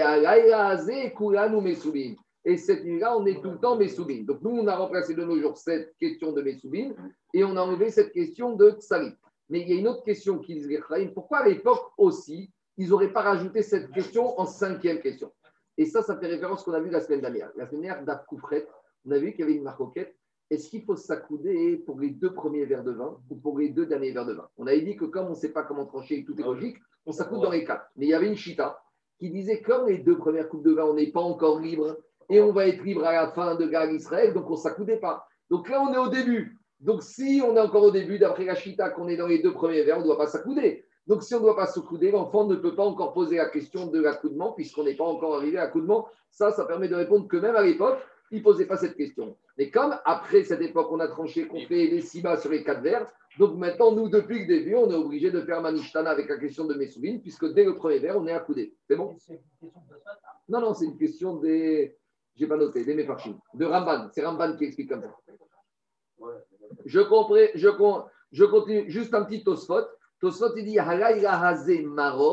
et cette nuit-là, on est tout le temps Messoubine. Donc, nous, on a remplacé de nos jours cette question de Messoubine et on a enlevé cette question de Tsali. Mais il y a une autre question qui dit pourquoi à l'époque aussi, ils n'auraient pas rajouté cette question en cinquième question? Et ça, ça fait référence à ce qu'on a vu la semaine dernière. La semaine dernière, d'Afkoufret, on a vu qu'il y avait une marcoquette. Est-ce qu'il faut s'accouder pour les deux premiers verres de vin ou pour les deux derniers verres de vin? On avait dit que comme on ne sait pas comment trancher et tout est logique, on s'accoude dans les quatre. Mais il y avait une chita qui disait comme les deux premières coupes de vin, on n'est pas encore libre. Et on va être libre à la fin de Gag Israël, donc on ne s'accoudait pas. Donc là, on est au début. Donc si on est encore au début, d'après la Chita, qu'on est dans les deux premiers vers, on ne doit pas s'accouder. Donc si on ne doit pas s'accouder, l'enfant ne peut pas encore poser la question de l'accoudement, puisqu'on n'est pas encore arrivé à l'accoudement. Ça, ça permet de répondre que même à l'époque, il ne posait pas cette question. Mais comme après cette époque, on a tranché qu'on fait les six sur les quatre vers, donc maintenant, nous, depuis le début, on est obligé de faire Manishtana avec la question de Messoubine, puisque dès le premier vers, on est accoudé. C'est bon? Non, non, c'est une question des... J'ai pas noté, des Mefarchim, de Ramban. C'est Ramban qui explique comme ça. Je comprends, je, je continue, juste un petit Tosfot. Tosfot, il dit Halayla Hazé Maror.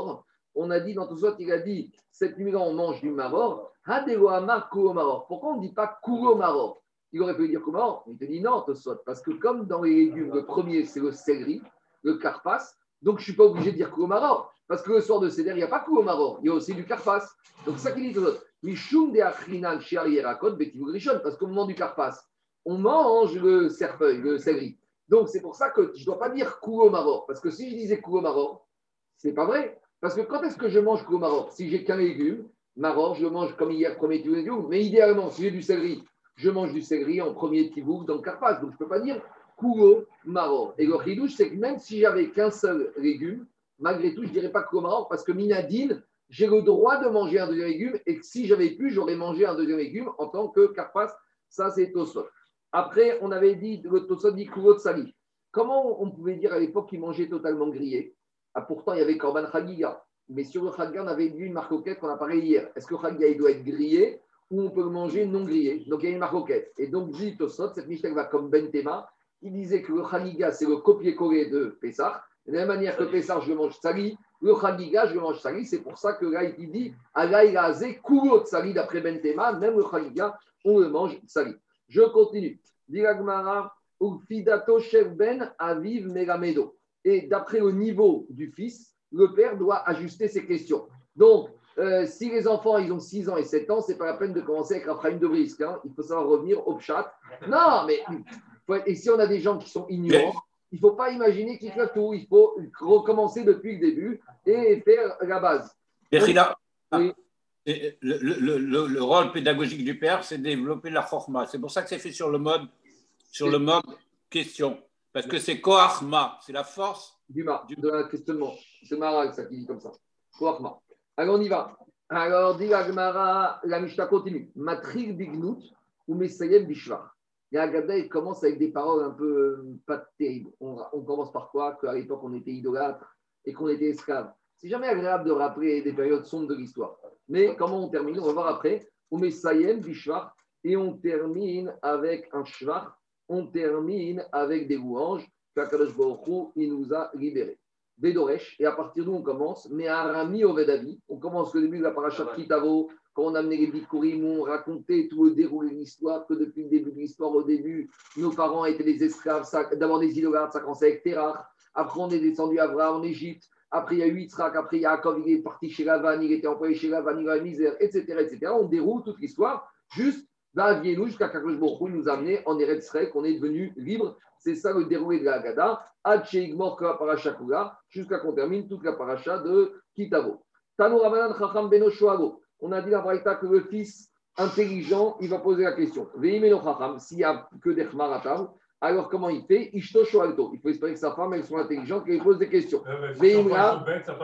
On a dit dans tout ça, il a dit cette nuit-là, on mange du maror. Hadelo amar kulo maror. Pourquoi on ne dit pas kulo maror? Il aurait pu dire kulo maror. Il te dit non, Tosot, parce que comme dans les légumes, le premier, c'est le céleri, le carpas. Donc, je ne suis pas obligé de dire kulo maror. Parce que le soir de Seder, il n'y a pas kulo maror. Il y a aussi du carpas. Donc, c'est ça qu'il dit Tosot. Mishum de achrinan shiar yerakot betivul rishon. Parce qu'au moment du carpas, on mange le cerfeuil, le céleri. Donc, c'est pour ça que je ne dois pas dire kulo maror. Parce que si je disais kulo maror, ce n'est pas vrai. Parce que quand est-ce que je mange kulo maror? Si j'ai qu'un légume, maror, je le mange comme hier, premier petit légume. Mais idéalement, si j'ai du céleri, je mange du céleri en premier petit bout dans le carpas. Donc, je ne peux pas dire kulo maror. Et le chidouche, c'est que même si j'avais qu'un seul légume, malgré tout, je ne dirais pas kulo maror parce que minadine, j'ai le droit de manger un deuxième légume et que si j'avais pu, j'aurais mangé un deuxième légume en tant que carpas. Ça, c'est Tosot. Après, on avait dit, le Tosot dit kulo tsali. Comment on pouvait dire à l'époque qu'il mangeait totalement grillé? Ah, pourtant, il y avait Korban Chagiga. Mais sur le Chagiga, on avait vu une marcoquette qu'on a parlé hier. Est-ce que le Chagiga, il doit être grillé ou on peut le manger non grillé? Donc, il y a une marcoquette. Et donc, dit Tosot, cette Mishnah va comme Ben Tema. Il disait que le Chagiga, c'est le copier-coller de Pessah. De la même manière que Pessah, je le mange sali. Le Chagiga, je le mange sali. C'est pour ça que là, il dit Alaï Razé, Koulot sali, d'après Ben Tema. Même le Chagiga, on le mange sali. Je continue. Diragmara, Ufidato Sherben, Aviv Megamedo. Et d'après le niveau du fils, le père doit ajuster ses questions. Donc, euh, si les enfants ils ont six ans et sept ans, ce n'est pas la peine de commencer avec un prime de risque. Hein. Il faut savoir revenir au chat. Non, mais et si on a des gens qui sont ignorants, il ne faut pas imaginer qu'ils font tout. Il faut recommencer depuis le début et faire la base. Donc, oui. le, le, le, le rôle pédagogique du père, c'est de développer la chorma. C'est pour ça que c'est fait sur le mode, sur le mode question. Parce que c'est Koachma, c'est la force du ma, de un questionnement. C'est Maral, ça qui dit comme ça. Koachma. Alors on y va. Alors, dit la Gemara, la Mishnah continue. Matrik bignout ou Messayem bishvar. La Gada, il commence avec des paroles un peu pas terribles. On, on commence par quoi? Qu'à l'époque, on était idolâtres et qu'on était esclaves. C'est jamais agréable de rappeler des périodes sombres de l'histoire. Mais comment on termine? On va voir après. Ou Messayem bishvar. Et on termine avec un shvar. On termine avec des louanges qu'Akadosh Baruch Hu, il nous a libérés. Bédoresh, et à partir d'où on commence? Mais Arami Ovedavi, on commence le début de la paracha de Kitavo, quand on a amené les Bikurim, on racontait tout le déroulé de l'histoire, que depuis le début de l'histoire, au début, nos parents étaient des esclaves, d'abord des idolâtres, ça commençait avec Terach, après on est descendu à Abraham en Égypte, après il y a eu Yitzhak, après Yaakov, il est parti chez Lavan, il était employé chez Lavan, il a la misère, et cetera, et cetera. On déroule toute l'histoire, juste nous jusqu'à Kadosh Baruch Hu nous a amené en Eretz Israël, qu'on est devenu libre. C'est ça le déroulé de la Haggadah. Ad sheigmor la paracha kula, jusqu'à qu'on termine toute la paracha de Kitavo. Tanu Ravanan Chacham Beno Shoago. On a dit la Braïta que le fils intelligent, il va poser la question. Veimeno Chacham, s'il n'y a que des Chmaratam, alors comment il fait? Ishto Shoalto. Il faut espérer que sa femme, elle soit intelligente, qu'elle pose des questions. Veimra,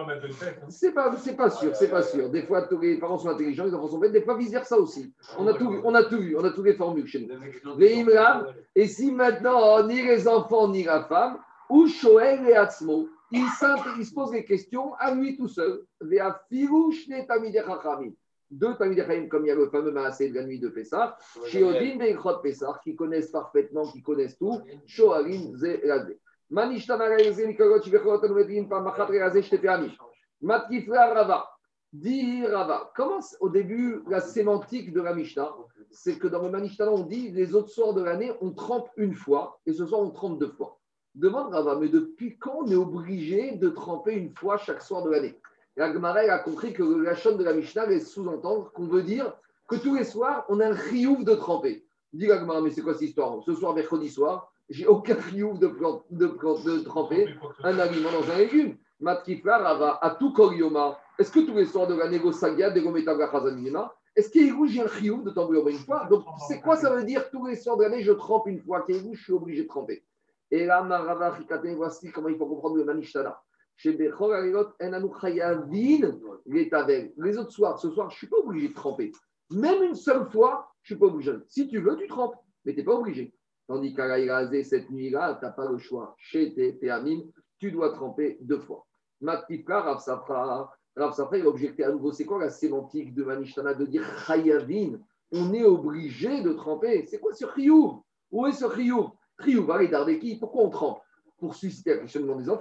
c'est pas, c'est pas sûr, c'est pas sûr. Des fois, tous les parents sont intelligents, les enfants sont bêtes. Des fois, vice versa aussi. On a tout vu, on a tout vu, on a toutes les formules chez nous. Veimra, et si maintenant, ni les enfants, ni la femme, ou Shoel et Atzmo, il, il se pose des questions à lui tout seul. Vea Firouch ne Tamidei Chachamim. Deux Tamidei Chachamim, comme il y a le fameux Maaseh de la nuit de Pessah, Shiodin Beichot Pessah, qui connaissent parfaitement, qui connaissent tout, Shoalim Ze Razé. Manishtana Razé, Nikolot, Shivechot, Anoumedrin, Pamachat Razé, Shtepeami. Matkifra Rava. Dit Rava. Comment, au début, la sémantique de la Mishnah, c'est que dans le Manishtana, on dit les autres soirs de l'année, on trempe une fois, et ce soir, on trempe deux fois. Demande Rava, mais depuis quand on est obligé de tremper une fois chaque soir de l'année? La Gemara a compris que la chaîne de la Mishnah laisse sous-entendre qu'on veut dire que tous les soirs, on a un chiouf de tremper. Dit la Gemara, mais c'est quoi cette histoire? Ce soir, mercredi soir, j'ai aucun chiouf de, de, de, de tremper un aliment dans un légume. Matkifla Rava, à tout Koryoma, est-ce que tous les soirs de l'année, Gosaga, de Gometavla Khazanina, est-ce qu'il y a j'ai un chiouf de tremper une fois? Donc, c'est quoi ça veut dire tous les soirs de l'année, je trempe une fois? Qu'il je suis obligé de tremper. Et là, Marava Chikate, voici comment il faut comprendre le Manishtana. Chez Bechor Alilot, Enanu Chayavin, les Tavel. Les autres soirs, ce soir, je ne suis pas obligé de tremper. Même une seule fois, je ne suis pas obligé. Si tu veux, tu trempes, mais tu n'es pas obligé. Tandis qu'à Raïrazé, cette nuit-là, tu n'as pas le choix. Chez tes Péamim, tu dois tremper deux fois. Matkifka, Rav Safra, Rav Safra, il a objecté à nouveau. C'est quoi la sémantique de Manishtana de dire Chayavin? On est obligé de tremper. C'est quoi ce Chiyuv? Où est ce Chiyuv? Chiyuv, allez, Dardeki, pourquoi on trempe? Pour susciter le questionnement des enfants.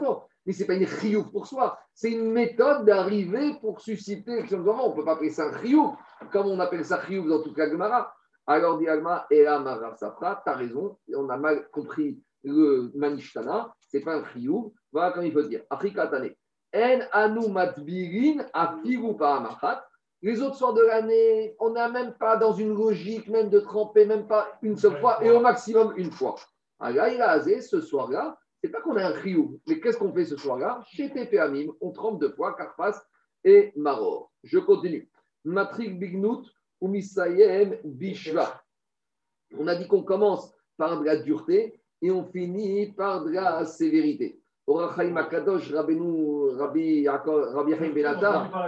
mais ce n'est pas une chiouf pour soi. C'est une méthode d'arriver pour susciter. On ne peut pas appeler ça un chiouf, comme on appelle ça chiouf dans toute la Gemara. Alors, dit Alma, et là, Marav Safra, tu as raison, on a mal compris le Manishtana, ce n'est pas un chiouf. Voilà comme il faut dire. Afrikatane. En anu matbirin afiru pahamachat. Les autres soirs de l'année, on n'a même pas dans une logique même de tremper, même pas une seule fois, et au maximum une fois. Alors il a azé, ce soir-là, c'est pas qu'on a un chiyuv, mais qu'est-ce qu'on fait ce soir-là? Chez Tépéamim, on trempe deux fois, Karpas et Maror. Je continue. Matrik Bignout ou Misayem Bishva. On a dit qu'on commence par de la dureté et on finit par de la sévérité. Orachaim Akadosh, Rabbeinu, Rabbi Yaakov- Rabbi Chaim Ben Attar,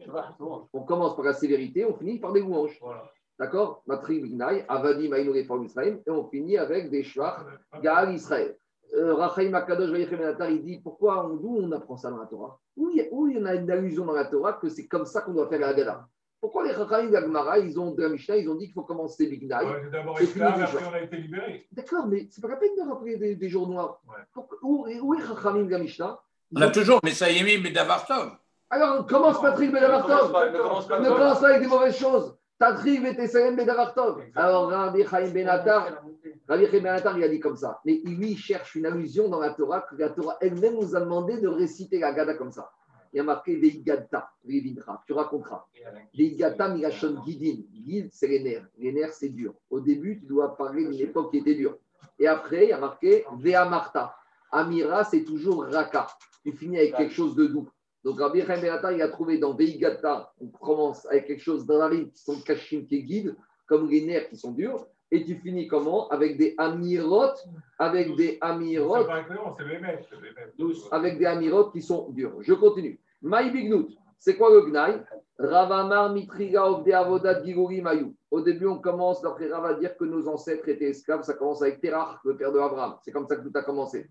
on commence par la sévérité, on finit par des louanges. Voilà. D'accord? Matri Bignaï, Avadi Maïnou Réforme Israël, et on finit avec des shvach, Gaal Israël. Euh, Rachaim Akadosh, Rabbi Chaim Ben Attar, il dit pourquoi, on- d'où on apprend ça dans la Torah? Où il y a- où il y en a une allusion dans la Torah que c'est comme ça qu'on doit faire la Haggadah? Pourquoi les Rachaim d'Agmara, ils ont de la Mishnah, ils ont dit qu'il faut commencer Bignaï? On était d'abord Et finir esclaves, des après shvach. on a été libérés. D'accord, mais c'est pas la peine de rappeler des, des jours noirs. Ouais. Pourquoi- où, où est Rachamim de la Mishnah? Ils On a ont- toujours Messayemim et Davartov. Alors, commence Patrick Ne commence Bedavartov. pas, ne commence pas. Ne commence pas avec des mauvaises choses. Tadriv et Tessayem Bedavartov. Alors, Rabbi Chaim Ben Attar, Rabbi Chaim Ben Attar, il a dit comme ça. Mais lui, il cherche une allusion dans la Torah, que la Torah elle-même nous a demandé de réciter la Gada comme ça. Il y a marqué Veigadta, Veidintra, tu raconteras. Veigadta Milachon Gidin. Gid, c'est les nerfs. Les nerfs, c'est dur. Au début, tu dois parler d'une époque qui était dure. Et après, il y a marqué Veamarta. Amira, c'est toujours Raka. Tu finis avec quelque chose de doux. Donc, Rabbi Chaim Ben Attar, il a trouvé dans Veigata, on commence avec quelque chose dans la rime qui sont kashim, qui est guide, comme les nerfs qui sont durs, et tu finis comment? Avec des amirot, avec des C'est amirot, pas éclairant, c'est les mecs. c'est les mecs. avec des amirot qui sont durs. Je continue. Maï Bignout, c'est quoi le gnaï? Ravamar mitriga ovde avodat giguri mayu. Au début, on commence, d'après Rav, à dire que nos ancêtres étaient esclaves. Ça commence avec Terach, le père de Abraham. C'est comme ça que tout a commencé.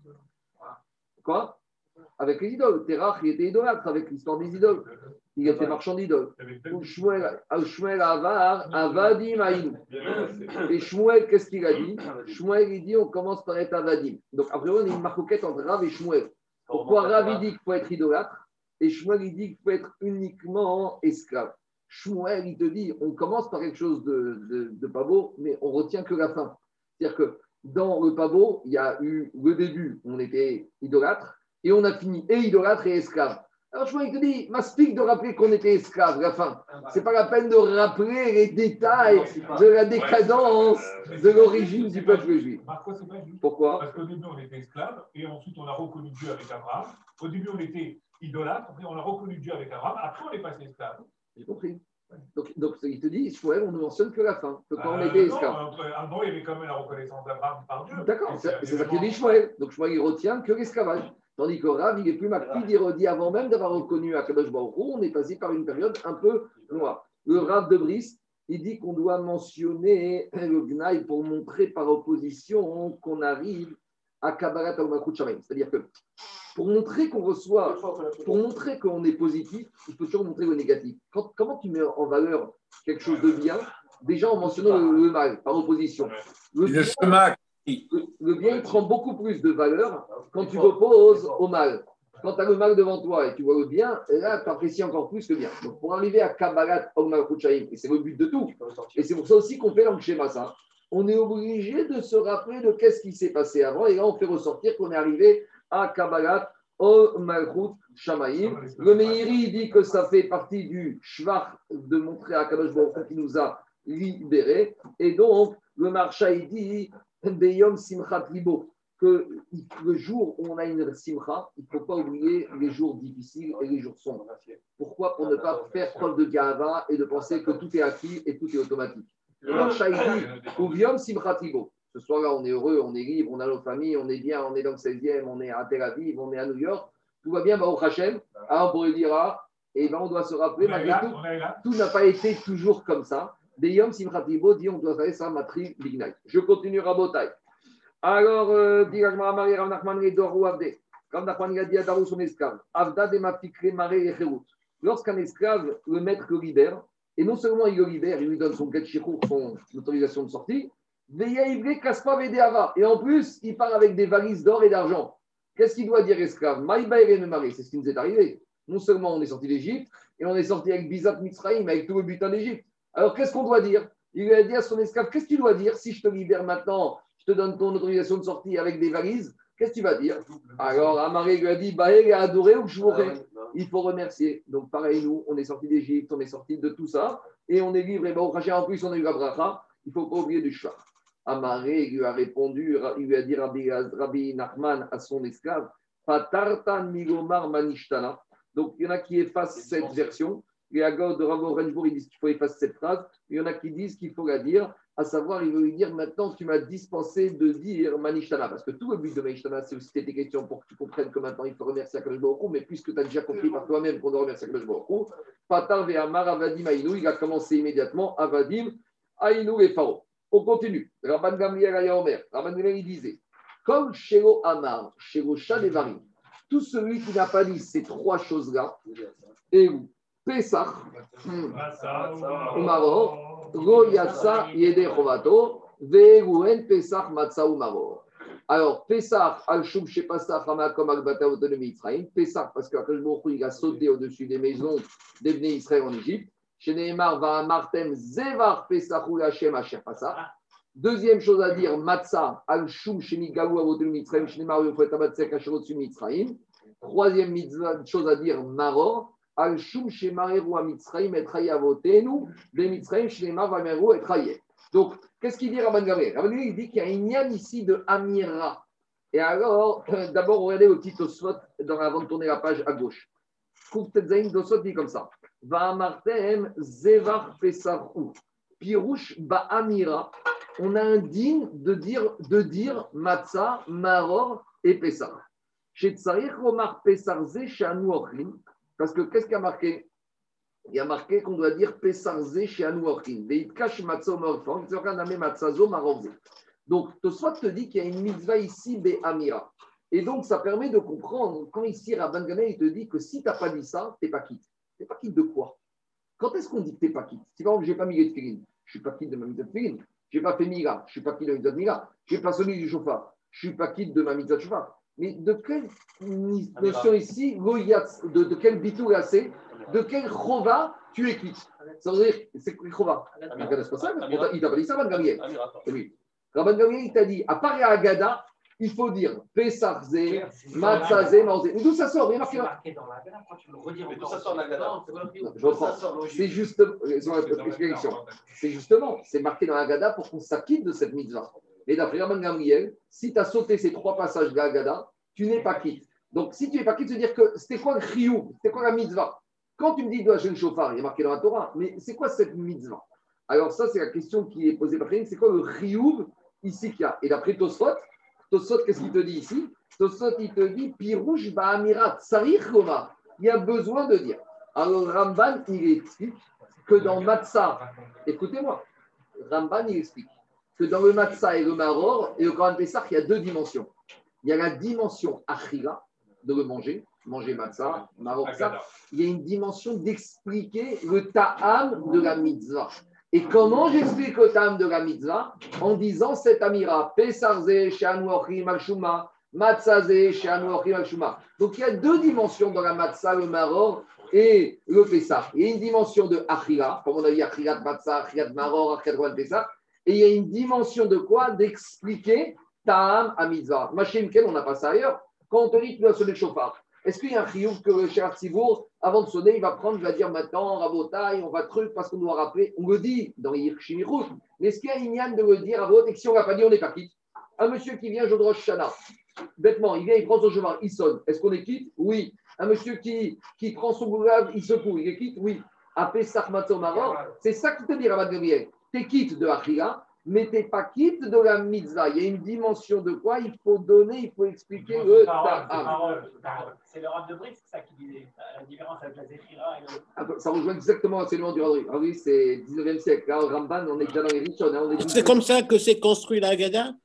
Quoi? Avec les idoles. Terach, il était idolâtre avec l'histoire des idoles. Il était marchand d'idoles. Ou Shmuel Shmuel Avar, Avadim Aïnou. Et Shmuel, qu'est-ce qu'il a dit? Shmuel, il dit on commence par être Avadim. Donc après, on a une marcoquette entre Rav et Shmuel. Pourquoi Rav, il dit qu'il faut être idolâtre et Shmuel, il dit qu'il faut être uniquement esclave? Shmuel, il te dit on commence par quelque chose de, de, de pas beau, mais on retient que la fin. C'est-à-dire que dans le pas beau, il y a eu le début, on était idolâtre, et on a fini et idolâtre et esclave. Alors Shmuel, il te dit m'aspique de rappeler qu'on était esclave, la fin. C'est pas la peine de rappeler les détails de la décadence de l'origine du peuple juif. Marco, c'est pas juste. Pourquoi? Parce qu'au début, on était esclaves, et ensuite, on a reconnu Dieu avec Abraham. Au début, on était idolâtres, après, on a reconnu Dieu avec Abraham. Après, on est passé esclave. J'ai compris. Donc, donc il te dit, Shmuel, on ne mentionne que la fin, que quand on Euh, était non, esclave. entre- Avant, il y avait quand même la reconnaissance d'Abraham par Dieu. D'accord, Et c'est c'est ça évidemment- qu'il dit Shmuel. Donc Shmuel, il retient que l'esclavage. Tandis que Rav, il est plus macpide, il redit avant même d'avoir reconnu Akadosh Baruch Hu, on est passé par une période un peu noire. Le Rav de Brice, il dit qu'on doit mentionner le Gnaï pour montrer par opposition qu'on arrive à Kabbalat al-Malchut Shamayim. C'est-à-dire que pour montrer qu'on reçoit, pour montrer qu'on est positif, il faut toujours montrer le négatif. Quand, comment tu mets en valeur quelque chose de bien? Déjà en mentionnant le, le mal, par opposition. Le Le bien, chemin. le, le bien, il prend beaucoup plus de valeur quand tu l'opposes au mal. Quand tu as le mal devant toi et tu vois le bien, là, tu apprécies encore plus le bien. Donc, pour arriver à Kabbalat al-Malchut Shamayim, et c'est le but de tout, et c'est pour ça aussi qu'on fait dans le schéma ça, on est obligé de se rappeler de qu'est-ce qui s'est passé avant, et là, on fait ressortir qu'on est arrivé à Kabbalat al-Malchut Shamayim. Le Meiri dit que ça fait partie du shvach de montrer à Kadosh Baruch Hu qui nous a libérés, et donc le Marsha il dit Beyom Simchat Libo, que le jour où on a une simcha, il ne faut pas oublier les jours difficiles et les jours sombres. Pourquoi? Pour ne pas faire preuve de gava et de penser que tout est acquis et tout est automatique. Le Marsha il dit Uviom Simchat Libo. Ce soir-là, on est heureux, on est libre, on a nos familles, on est bien, on est dans le seizième, on est à Tel Aviv, on est à New York. Tout va bien, Baruch Hashem. Alors, on pourrait dire, ah, et ben, on doit se rappeler, On est malgré là, tout, on est là. tout n'a pas été toujours comme ça. Deyom Simchat Libo dit, on doit faire ça, Matri Bignai. Je continue, Rabotai. Alors, euh, dit Agmara Marie Rav Nachman Redorou Avde. Comme Nachman a dit à Darou son esclave. Avda de Mafikre Mare Echerut. Lorsqu'un esclave, le maître le libère, et non seulement il le libère, il lui donne son get shichur, son autorisation de sortie, et en plus, il part avec des valises d'or et d'argent. Qu'est-ce qu'il doit dire, esclave? Maïbaïre Memare, c'est ce qui nous est arrivé. Non seulement on est sorti d'Égypte, et on est sorti avec Bizat Mitzraïm, avec tout le butin d'Égypte. Alors, qu'est-ce qu'on doit dire? Il lui a dit à son esclave, qu'est-ce que tu dois dire si je te libère maintenant, je te donne ton autorisation de sortie avec des valises? Qu'est-ce que tu vas dire? Alors, Amaré lui a dit, Baël est adoré ou que je vous il faut remercier. Donc, pareil, nous, on est sorti d'Égypte, on est sorti de tout ça, et on est livré. Bon, en plus, on a eu la bracha, il ne faut pas oublier du shvar. Amaré lui a répondu, il lui a dit Rabbi, Rabbi Nachman à son esclave, Patartan Migomar Manishtana. Donc, il y en a qui effacent cette version. Les Agor de Rav Orenbourg, ils disent qu'il faut effacer cette phrase. Il y en a qui disent qu'il faut la dire, à savoir, il veut lui dire maintenant, tu m'as dispensé de dire Manishtana. Parce que tout le but de Manishtana, c'est aussi tes questions pour que tu comprennes que maintenant, il faut remercier Akadosh Baruch Hu. Mais puisque tu as déjà compris par toi-même qu'on doit remercier Akadosh Baruch Hu, Patar Ve'amar Avadim Aïnou, il a commencé immédiatement Avadim Aïnou et Pharaon. On continue. Rabban Gamliel Aya Omer. Rabban Gamliel, il disait comme Shelo Amar, Shelo Shadevarim, tout celui qui n'a pas dit ces trois choses-là, et où Pesach, Umaror, Go Yatsa Yede Chovato, Ve'eguen Pesach Matza Umaror. Alors, Pesach, Al-Shub, Shepasach, Hamakom, Al-Bata, Autonomie Israël. Pesach, parce qu'Akadosh Baruch Hu, il a sauté au-dessus des maisons des Bnei Israël en Égypte. Chez Nehemar, va Martem, Zevar, Pesachou, Hashem, Asher Pasach. Deuxième chose à dire, Matzah, Al-Shum, Shemigaou, Avotel Mitzrayim, Shnemar, Yofret, Abatsek, Asherotsu, Mitzrayim. Troisième mitzvah, chose à dire, Maror, Al-Shum, Shemareru, Mitzrayim, et Chayavotenu, Be Mitzrayim, Shnemar, Vameru, et Chayev. Donc, qu'est-ce qu'il dit Rabban Gamliel? Rabban Gamliel, il dit qu'il y a une yann ici de Amira. Et alors, euh, d'abord, regardez au petit Tosfot, avant de tourner la page à gauche. Kouf Tetzaïm, Tosfot dit comme ça. Va Martem, Zevar, Pesachou. Pirouche, Ba Amira. On a un digne de dire, de dire Matzah, Maror et Pesach. Chez Tsarir, Omar Pesarze, chez Anouachim. Parce que qu'est-ce qu'il y a marqué? Il y a marqué qu'on doit dire Pesarze, chez Anouachim. Veitkash Matzah, Maror, Matzazo, Marorze. Donc, Tosfot te dit qu'il y a une mitzvah ici, Be Amira. Et donc, ça permet de comprendre, quand ici, Rabban Gamliel, il te dit que si tu n'as pas dit ça, tu n'es pas quitte. Tu n'es pas quitte de quoi? Quand est-ce qu'on dit que tu n'es pas quitte? Si par exemple, je n'ai pas mis de filine, je ne suis pas quitte de ma mitzvah de filine. Je n'ai pas fait Mila, je ne suis pas quitte de ma mitzvah de Mila. Je n'ai pas celui du chauffard, je ne suis pas quitte de ma mitzvah de chauffard. Mais de quelle notion ici, de, de quel bitou là c'est, de quel chova tu es quitte? Ça veut dire, c'est quoi chova? Il t'a pas dit ça, Rabban Gamliel. Oui. Rabban Gamliel, il t'a dit, à part Agada, il faut dire Pesarze, Matzazé, Marzé. Mais d'où ça sort? Il y a marqué dans la Gada, quand tu le redis en ça sort dans la Gada. Je reprends. C'est justement, c'est justement, c'est marqué dans la Gada pour qu'on s'acquitte de cette mitzvah. Mais d'après Rabban Gamliel, si tu as sauté ces trois passages de la Gada, tu n'es pas quitte. Donc si tu n'es pas quitte, ça veut dire que c'était quoi le chiyuv? C'était quoi la mitzvah? Quand tu me dis de Hachem Shofar, il est marqué dans la Torah, mais c'est quoi cette mitzvah? Alors ça, c'est la question qui est posée par Khalim, c'est quoi le chiyuv ici qu'il y a? Et d'après Tosfot, Tosfot, qu'est-ce qu'il te dit ici? Tosfot, il te dit Pirouche Ba'amirat, Sarich Roma. Il y a besoin de dire. Alors, Ramban, il explique que dans Matzah, écoutez-moi, Ramban, il explique que dans le Matzah et le Maror et le Korban Pessah, il y a deux dimensions. Il y a la dimension Achila, de le manger, manger Matzah, Maror, ça. Il y a une dimension d'expliquer le Ta'am de la mitzvah. Et comment j'explique le Ta'am de la mitzvah? En disant cette amira, Pesarze, Sheanu Ochim Al-Shuma, Matzaze, Sheanu Ochim Al-Shuma. Donc il y a deux dimensions dans la matzah, le maror et le Pessah. Il y a une dimension de Achila, comme on a dit, Achilat Matzah, Achilat Maror, Achilat Pessah. Et il y a une dimension de quoi? D'expliquer Ta'am à mitzvah. Machem Ken, on n'a pas ça ailleurs. Quand on te dit que tu dois sonner le chauffard, est-ce qu'il y a un chiyuv que le Sherat Tzibour, avant de sonner, il va prendre, il va dire maintenant, Rabotai, on va truc, parce qu'on doit rappeler, on le dit dans les Hirshimirout, mais est-ce qu'il y a une yann de le dire à votre, et que si on ne l'a pas dit, on n'est pas quitte? Un monsieur qui vient, Jodrosh Shana, bêtement, il vient, il prend son chemin, il sonne, est-ce qu'on est quitte? Oui. Un monsieur qui, qui prend son boulave, il secoue, il est quitte? Oui. À Pesach Matzah Maror, c'est ça qui te dit, Rabban Gamliel. Tu es quitte de Achila, mais tu n'es pas quitte de la mitzvah. Il y a une dimension de quoi il faut donner, il faut expliquer le ta'am. C'est le Rav de Brisk, ça qui disait la différence avec la Zéphira. Et le... Ça rejoint exactement l'enseignement du Rav. Ah oui, c'est dix-neuvième siècle. Là, au Ramban, on est déjà dans les Rishon. Hein, c'est comme ça que s'est construit la Haggadah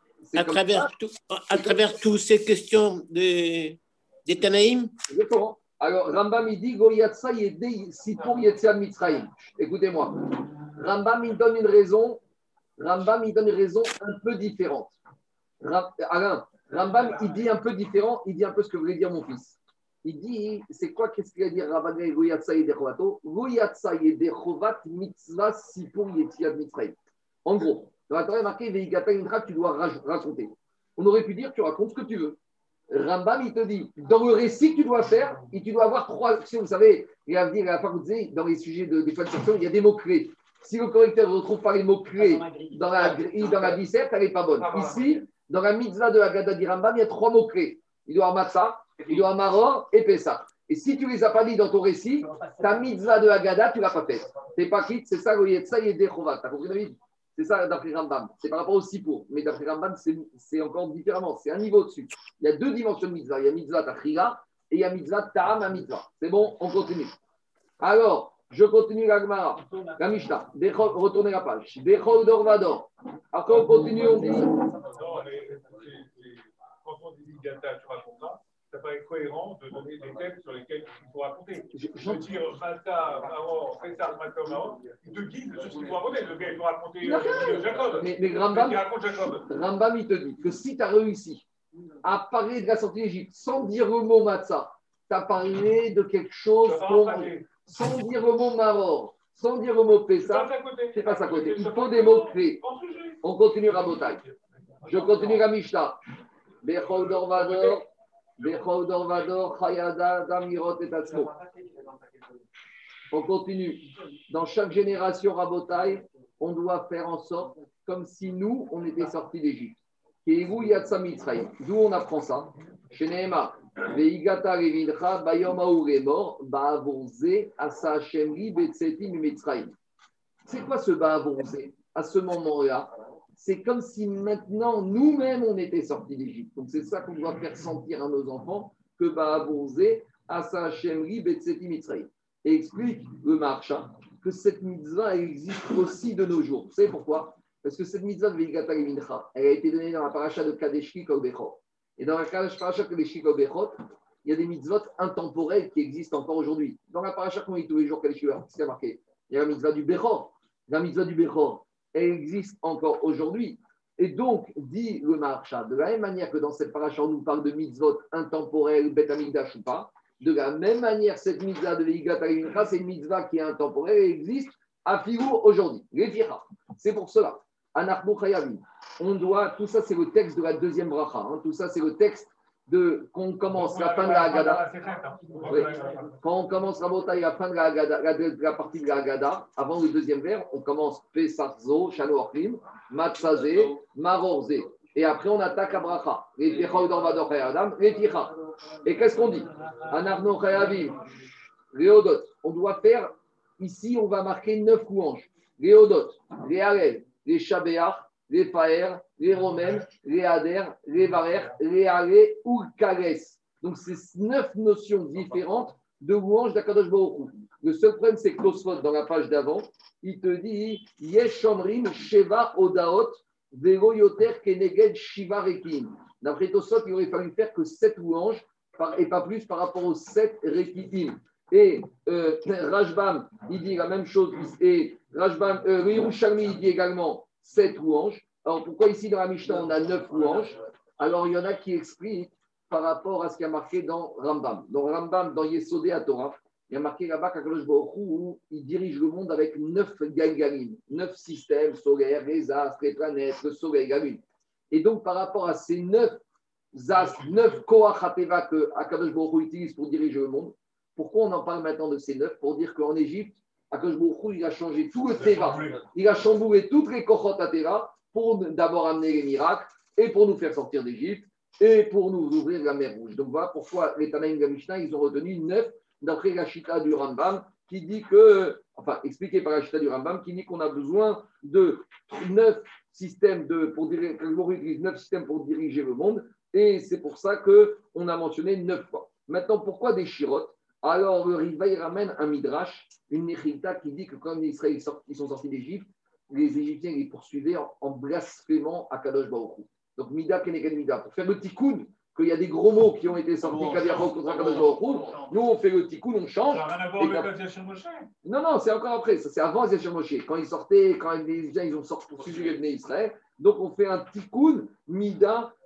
à travers, tout, à travers toutes ces questions de, des Tanaïm. Exactement. Alors, Rambam, il dit Goyatsa Yedei Sipur Yetziat Mitzrayim. Écoutez-moi. Rambam, il donne une raison. Rambam, il donne une raison un peu différente. Alain, Rambam, il dit un peu différent, il dit un peu ce que voulait dire mon fils. Il dit, c'est quoi, qu'est-ce qu'il a dit Rabbané Goyatsa Yederchovato Goyatsa Yederchovat Mitzvah Sipur Yetiad Mitzrayim. En gros, dans la Torah, il est marqué Veigata Indra, tu dois raconter. On aurait pu dire, tu racontes ce que tu veux. Rambam, il te dit, dans le récit que tu dois faire, et tu dois avoir trois actions. Vous savez, il va dire, dans les sujets de, des sections, il y a des mots-clés. Si le correcteur ne retrouve pas les mots-clés dans la grille, dans la disserte, elle n'est pas bonne. Ici, dans la mitzvah de Haggadah du Rambam, il y a trois mots-clés. Il doit avoir Matzah, il doit avoir Maror et Pessah. Et si tu ne les as pas dit dans ton récit, ta mitzvah de Haggadah, tu ne l'as pas faite. Tu n'es pas quitte, c'est ça, ça y est Dechovat. Tu as compris, David? C'est ça d'après Rambam. C'est par rapport au Sipour. Mais d'après Rambam, c'est encore différemment. C'est un niveau au-dessus. Il y a deux dimensions de mitzvah. Il y a mitzvah Tachila et il y a mitzvah Ta'am à mitzvah. C'est bon, on continue. Alors, je continue la Gemara, la Mishnah. Retournez la page. Bechol Dorvador. Après, on continue, on dit. Non, mais quand on dit Gata, tu raconteras, ça paraît cohérent de donner des thèmes sur lesquels il faut raconter. Je veux dire, Mata, Maror, Pessah, Mata, Maror, il te guide sur ce qu'il faut raconter. Le gars, il faut raconter euh, Jacob. Mais, mais Rambam, il raconte Jacob. Rambam, il te dit que si tu as réussi à parler de la sortie d'Égypte sans dire le mot Matzah, tu as parlé de quelque chose pour, sans dire le mot Maror, sans dire le mot Pessah, c'est pas ça à côté. Il faut des mots clés. On continue à Rabotai. Je continue la Mishnah. Bechol Dorvador. On continue. Dans chaque génération Rabotai, on doit faire en sorte comme si nous, on était sortis d'Égypte. D'où on apprend ça? Chez Nehema, Veigata Revidcha, Bayoma Uremor, Baavonze, Asa Hashemri, Betsetim, Mitzrayim. C'est quoi ce Baavonze? À ce moment-là, c'est comme si maintenant, nous-mêmes, on était sortis d'Égypte. Donc, c'est ça qu'on doit faire sentir à nos enfants, que Baabonze, Asa Hashemri, Betseti Mitzrayim. Et explique le Maharsha que cette mitzvah, elle existe aussi de nos jours. Vous savez pourquoi? Parce que cette mitzvah de Veigata Levincha, elle a été donnée dans la paracha de Kadeshki Kol Bechot. Et dans la paracha de Kadeshki Kol Bechot, il y a des mitzvot intemporels qui existent encore aujourd'hui. Dans la paracha qu'on lit tous les jours, Kadeshki Kol Bechot, qu'est-ce qu'il y a marqué? Il y a la mitzvah du Bechor. La mitzvah du Bechor, elle existe encore aujourd'hui. Et donc, dit le Maharsha, de la même manière que dans cette paracha, on nous parle de mitzvot intemporels, Bet Hamikdash ou pas, de la même manière, cette mitzvah de Veigata Levincha, c'est une mitzvah qui est intemporelle et existe à Figou aujourd'hui. C'est pour cela. Anachnu Chayavim. On doit, tout ça c'est le texte de la deuxième bracha. Hein, tout ça c'est le texte de qu'on commence la fin de la Haggadah. Oui. Quand on commence Rabotai la fin de la Haggadah, la, la partie de la Haggadah, avant le deuxième vers, on commence Pesachzo, Shano Orchim, Matzazé, Marorze. Et après on attaque à bracha. Les Ticha Udorvador Chayadam, les Ticha. Et qu'est-ce qu'on dit? Anachnu Chayavim. Léodot. On doit faire, ici on va marquer neuf louanges. Léodot, les Harel, les Shabéach, les Faer, les Romaines, les Ader, les Varer, les Haré ou Kales. Donc, c'est neuf notions différentes de louange d'Akadosh Baruch Hu. Le seul problème, c'est que Tosfot, dans la page d'avant, il te dit Yesh Shomrim Sheva Odaot Vero Yoter Keneged Shiva Rekim. D'après Tosfot, il aurait fallu faire que sept louanges et pas plus par rapport aux sept Rekitim. Et euh, Rajbam, il dit la même chose. Et Rajbam, euh, le Yerushalmi, il dit également sept louanges. Alors pourquoi ici dans la Mishnah on a neuf louanges? Alors il y en a qui expliquent par rapport à ce qui a marqué dans Rambam. Dans Rambam, dans Yesodé à Torah, il y a marqué là-bas qu'Akadosh Baruch Hu, où il dirige le monde avec neuf galgalim, neuf systèmes solaires, les astres, les planètes, le soleil, la lune. Et donc par rapport à ces neuf astres, neuf Koach HaTeva que Akadosh Baruch Hu utilise pour diriger le monde, pourquoi on en parle maintenant de ces neuf? Pour dire qu'en Égypte, Akadosh Baruch Hu, il a changé tout le Teva, il a chamboulé toutes les Kochot HaTeva pour d'abord amener les miracles et pour nous faire sortir d'Égypte et pour nous ouvrir la mer Rouge. Donc voilà pourquoi les Tanaïm de la Mishnah, ils ont retenu neuf d'après la Chita du Rambam qui dit que, enfin expliqué par la Chita du Rambam, qui dit qu'on a besoin de neuf systèmes de, pour diriger, neuf systèmes pour diriger le monde et c'est pour ça qu'on a mentionné neuf fois. Maintenant, pourquoi des chirotes? Alors, le Riva, il ramène un midrash, une nechita qui dit que quand les Israéliens ils sont sortis d'Égypte, les Égyptiens les poursuivaient en, en blasphémant à Kadosh Baruch Hu. Donc, Mida Keneged Mida. Pour faire le tikkun, qu'il y a des gros mots qui ont été sortis contre Kadosh Baruch Hu, nous on fait le tikkun, on change. Ça n'a rien à voir avec Yashir Moshe. Non, non, c'est encore après. Ça, c'est avant Yashir Moshe. Quand ils sortaient, quand les Égyptiens ils ont sorti poursuivi les Bnei Israël, donc on fait un tikkun, Mida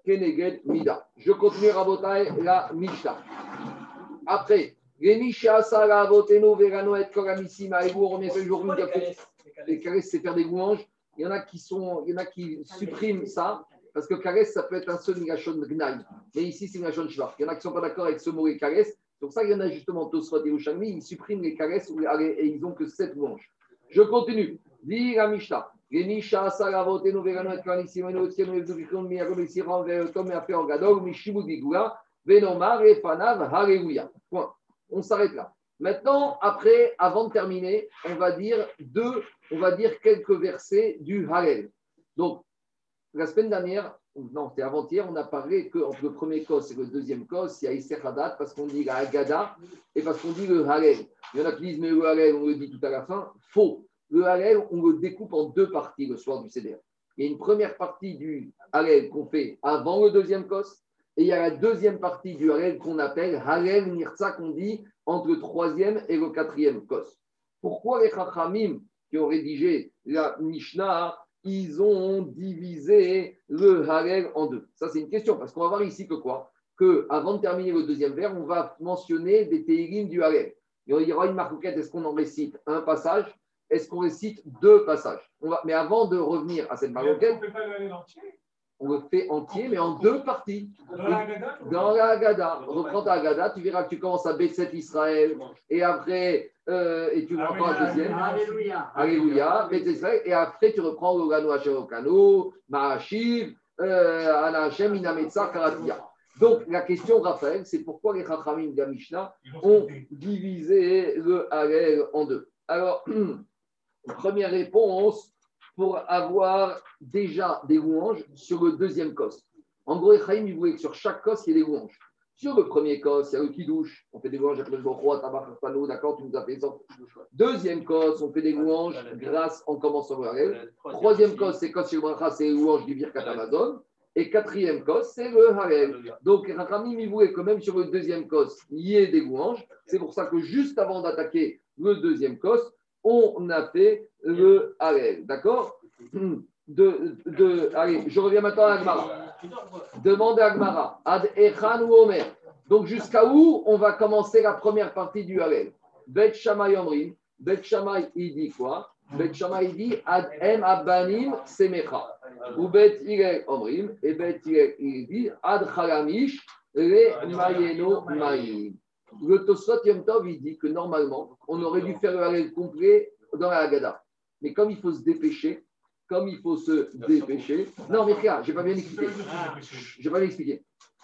Keneged Mida. Je continue Rabotai la Mishnah. Après, les Misha Sara Avoteno Verano et Koramissima et vous remettez sur le jour une les caresses, c'est faire des louanges. Il y en a qui sont, il y en a qui suppriment ça parce que caresse, ça peut être un seul Nigashon Gnaï. Mais ici, c'est Nigashon Shvar. Il y en a qui ne sont pas d'accord avec ce mot et caresse. C'est pour ça qu'il y en a justement Tosfot et Ushanmi, ils suppriment les caresses et ils n'ont que sept louanges. Je continue. Dit la Mishnah. Genisha Saravote Noverano et Kanissimeno Tieno Evdukon Miyakomesiran Veotom et Afer Gadol Mishibudigula Venomar et Panav Hallelujah. Point. On s'arrête là. Maintenant, après, avant de terminer, on va dire deux, on va dire quelques versets du Hallel. Donc, la semaine dernière, non, c'était avant-hier, on a parlé qu'entre le premier kos et le deuxième kos, il y a Isser Hadat parce qu'on dit la Haggadah et parce qu'on dit le Hallel. Il y en a qui disent, mais le Hallel, on le dit tout à la fin. Faux. Le Hallel, on le découpe en deux parties le soir du Seder. Il y a une première partie du Hallel qu'on fait avant le deuxième kos et il y a la deuxième partie du Hallel qu'on appelle Hallel Nirtza, qu'on dit entre le troisième et le quatrième kos. Pourquoi les Chachamim qui ont rédigé la Mishnah, ils ont divisé le Hallel en deux? Ça, c'est une question, parce qu'on va voir ici que quoi? Que avant de terminer le deuxième vers, on va mentionner des Teilim du Hallel. Il y aura une marquette, est-ce qu'on en récite un passage? Est-ce qu'on récite deux passages? on va, Mais avant de revenir à cette marquette, on le fait entier, mais en deux parties. Dans la Haggadah, Dans la Haggadah. Reprends ta Haggadah, tu verras que tu commences à Betset Israël, et après, euh, et tu reprends la deuxième. Alléluia. Alléluia, Betset Israël, et après, tu reprends Logano Hachem Mahashiv, Ana Hachem, Inametsa, Karatia. Donc, la question, Raphaël, c'est pourquoi les Chachamim de la Mishnah ont divisé le Hallel en deux. Alors, première réponse, pour avoir déjà des louanges sur le deuxième kos. En gros, Echaim, il voulait que sur chaque kos, il y ait des louanges. Sur le premier kos, il y a le kidouche, on fait des louanges avec le Borroa, Tabach, Pano, d'accord, tu nous as fait ça. Deuxième kos, on fait des louanges grâce en commençant le Hallel. Troisième kos, c'est kos chez le Bracha, c'est les louanges du Birkat Amazon. Et quatrième kos, c'est le Hallel. Donc, Rachamim, il voulait que même sur le deuxième kos, il y ait des louanges. C'est pour ça que juste avant d'attaquer le deuxième kos, on a fait le Hallel. D'accord? de, de, Allez, je reviens maintenant à Agmara. Demande à Agmara. Ad Echan ou Omer. Donc, jusqu'à où on va commencer la première partie du Hallel? Bet Shammai Omrim. Bet Shammai, il dit quoi? Bet Shammai, il dit Ad Em Abanim Semecha. Ou Bet Hillel Omrim. Et Bet Hillel, il dit Ad Chalamish Le Mayeno Maïm. Le Tosfot Yom Tov, il dit que normalement, on aurait dû faire le Hallel complet dans la Haggadah. Mais comme il faut se dépêcher, comme il faut se dépêcher. Non, mais regarde, je n'ai pas bien expliqué. Je n'ai pas bien expliqué.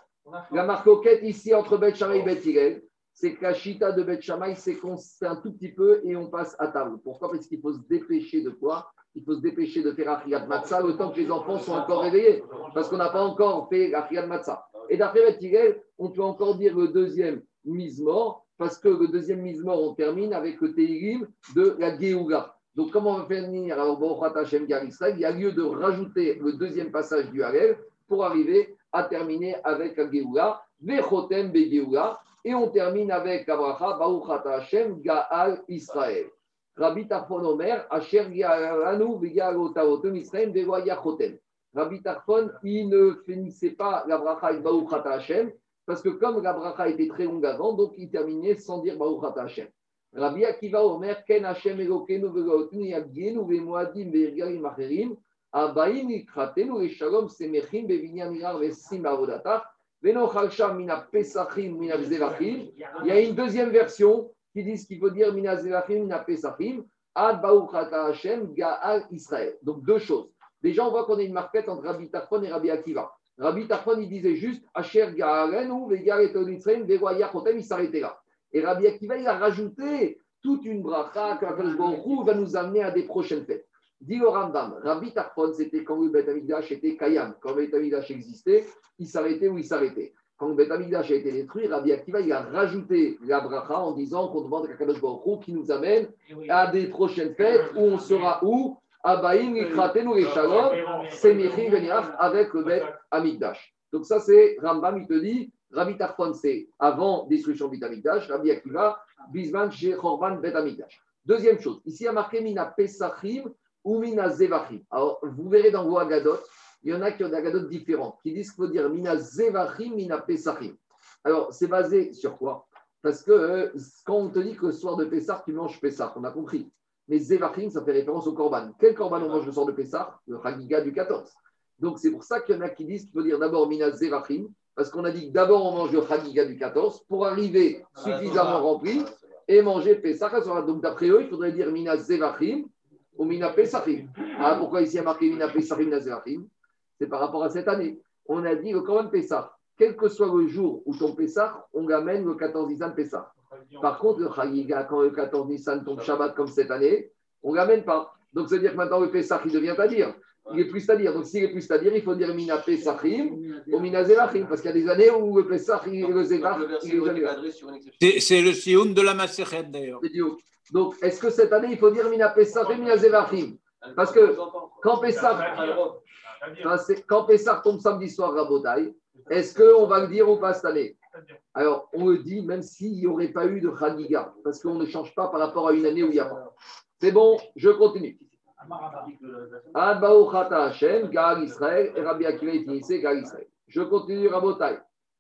La marcoquette ici entre Beth Shammai et Beth Hillel, c'est que la chita de Beth Shammai, c'est qu'on se fait un tout petit peu et on passe à table. Pourquoi? Parce qu'il faut se dépêcher de quoi? Il faut se dépêcher de faire Achiyat Matzah le temps que les enfants sont encore réveillés. Parce qu'on n'a pas encore fait Achiyat Matzah. Et d'après Beth Hillel, on peut encore dire le deuxième Mizmor, parce que le deuxième Mizmor, on termine avec le Teilim de la Géouga. Donc, comment on va faire venir alors Baruch Hashem Gar Israël? Il y a lieu de rajouter le deuxième passage du Hallel pour arriver à terminer avec la Géoula, Vechotem Begéoula, et on termine avec la bracha Baruch Hashem Gaal Israël. Rabbi Tarfon Omer, Asher Gaalanu Vegaalotarotem Israël Vegoyachotem. Rabbi Tarfon, il ne finissait pas la bracha avec Baruch Hashem, parce que comme la bracha était très longue avant, donc il terminait sans dire Baruch Hashem. Rabbi Akiva Omer, Ken Hashem Elokeinu Vegaotinu Yagenu Vemoadim Veirgalim Acherim, Abaim Ikratenu Veshalom Semechim Bevinyan Irar Vesim Avodatach, Venochalsha Mina Pesachim Mina Zevachim. Il y a une deuxième version qui dit ce qu'il faut dire Mina Zevachim Mina Pesachim, Ad Baruch Hashem Gaal Israël. Donc deux choses. Déjà, on voit qu'on a une marquette entre Rabbi Tarfon et Rabbi Akiva. Rabbi Tarfon, il disait juste Asher Gaalenu Vegaletol Israël Vegoyachotem, il s'arrêtait là. Et Rabbi Akiva, il a rajouté toute une bracha que Akadosh Baruch Hu va nous amener à des prochaines fêtes. Dit le Rambam, Rabbi Tarfon, c'était quand le Beth Amikdash était Kayam. Quand le Beth Amikdash existait, il s'arrêtait où il s'arrêtait. Quand le Beth Amikdash a été détruit, Rabbi Akiva, il a rajouté la bracha en disant qu'on demande à Akadosh Baruch Hu qui nous amène à des prochaines fêtes où on sera où Abaïm, Ikratenu et Shalom, Semichim, Venirach, avec le Beth Amikdash. Donc ça, c'est Rambam, il te dit, Rabbi Tarfon, c'est avant destruction du Beth Amikdash, Rabbi Akiva, Bisman, chez Chorban, Beth Amikdash. Deuxième chose, ici il y a marqué Mina Pesachim ou Mina Zevachim. Alors, vous verrez dans vos Agadot il y en a qui ont des agadotes différentes, qui disent qu'il faut dire mina zevachim, mina pesachim. Alors, c'est basé sur quoi? Parce que euh, quand on te dit que le soir de Pessah, tu manges Pessah, on a compris. Mais zevachim, ça fait référence au korban. Quel korban on mange le soir de Pessah? Le Chagiga du quatorze. Donc, c'est pour ça qu'il y en a qui disent qu'il faut dire d'abord mina zevachim, parce qu'on a dit que d'abord on mange le Chagiga du quatorze pour arriver suffisamment rempli et manger Pessah. Donc, d'après eux, il faudrait dire mina zevachim ou mina pesachim. Ah, pourquoi ici il y a marqué mina pesachim, mina zevachim? C'est par rapport à cette année. On a dit le korban Pessah. Quel que soit le jour où ton Pessah, on l'amène le quatorze Nissan Pessah. Par contre, le Chagiga, quand le quatorze Nissan tombe Shabbat comme cette année, on ne l'amène pas. Donc, ça veut dire que maintenant, le Pessah, il devient à dire. Il est plus à dire. Donc, s'il est plus à dire, il faut dire Mina Pessachim ou Mina Zevachim. Parce qu'il y a des années où le Pessah, le Zevach, il est jamais. C'est, c'est le sioun de la Masechet d'ailleurs. Donc, est-ce que cette année, il faut dire Mina Pessachim, Mina Zevachim? Parce que quand Pessah, quand Pessah tombe samedi soir, Rabotai, est-ce qu'on va le dire ou pas cette année? Alors, on le dit même s'il n'y aurait pas eu de Chagiga, parce qu'on ne change pas par rapport à une année où il n'y a pas. C'est bon, je continue. Adbaou Chata Hashem, Gaal Israël, et Rabbi Akiva finissait Gaal Israël. Je continue, Rabotai.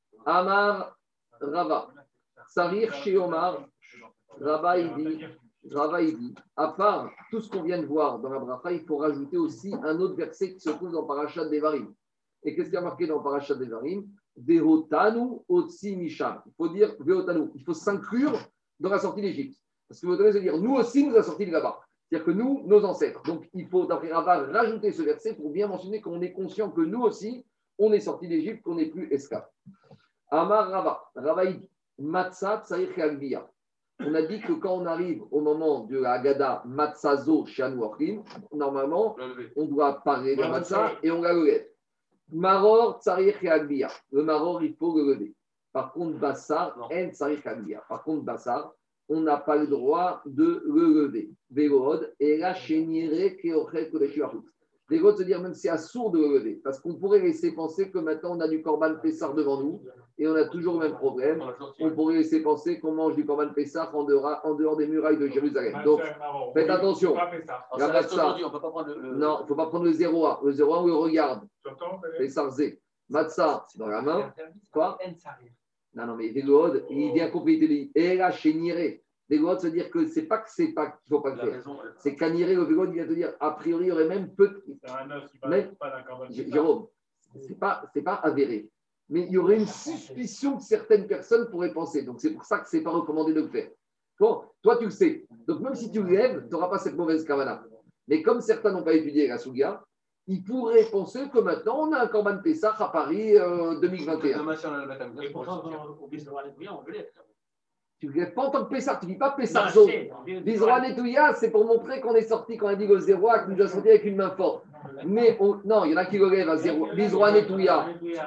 Amar Rava. Sarir chez Omar. Rava, il dit, Rava, il dit, à part tout ce qu'on vient de voir dans la bracha, il faut rajouter aussi un autre verset qui se trouve dans Parashat Devarim. Et qu'est-ce qu'il y a marqué dans Parashat Devarim? Vehotanu otsi misham. Il faut dire Vehotanu. Il faut s'inclure dans la sortie d'Égypte. Parce que Vehotanu, c'est dire nous aussi nous a sorti de là-bas. C'est-à-dire que nous, nos ancêtres. Donc il faut, d'après Rava, rajouter ce verset pour bien mentionner qu'on est conscient que nous aussi, on est sorti d'Égypte, qu'on n'est plus esclave. Amar Rava. Rava il dit Matzah tsarich agbiya. On a dit que quand on arrive au moment de la Haggadah Matzazo Shanuachim, normalement, on doit parler de Matzah et on la lève. Maror tsarich agbiya. Le maror, il faut le lever. Par contre, Bassar, en tsarich agbiya. Par contre, Bassar, on n'a pas le droit de le lever. Végod, et la chénire keochel kodeshi achut. Végod, se dire même c'est assourd de le lever. Parce qu'on pourrait laisser penser que maintenant on a du korban Pessar devant nous et on a toujours le même problème. On pourrait laisser penser qu'on mange du korban Pessar en dehors, en dehors des murailles de Jérusalem. Donc, faites attention. La matzah, non, il ne faut pas prendre le zéro A. Le zéro A, on le regarde. Pessar Z. Matzah, c'est dans la main. Quoi? Non, non, mais Végod, il vient compléter. Et là, chez Niré. Végod, se dire que c'est pas que c'est pas qu'il ne faut pas le faire. C'est qu'à Niré, le Végod, il vient te dire, a priori, il y aurait même peu de. Mais, Jérôme, c'est pas, c'est pas avéré. Mais il y aurait une suspicion que certaines personnes pourraient penser. Donc, c'est pour ça que ce n'est pas recommandé de le faire. Bon, toi, tu le sais. Donc, même si tu le lèves, tu n'auras pas cette mauvaise kavana. Mais comme certains n'ont pas étudié la Souga, ils pourraient penser que maintenant, on a un Korban Pessah à Paris euh, deux mille vingt et un. Et pourtant, au Bisroa Netouya, on veut l'être. Tu ne lèves pas en tant que Pessah, tu ne dis pas Pessarzo. Bisroa Netouya, c'est pour montrer qu'on est sorti, qu'on a dit le zéro, qu'on nous a sorti avec une main forte. Mais on, non, il y en a qui le lèvent à zéro. Bisroa Netouya.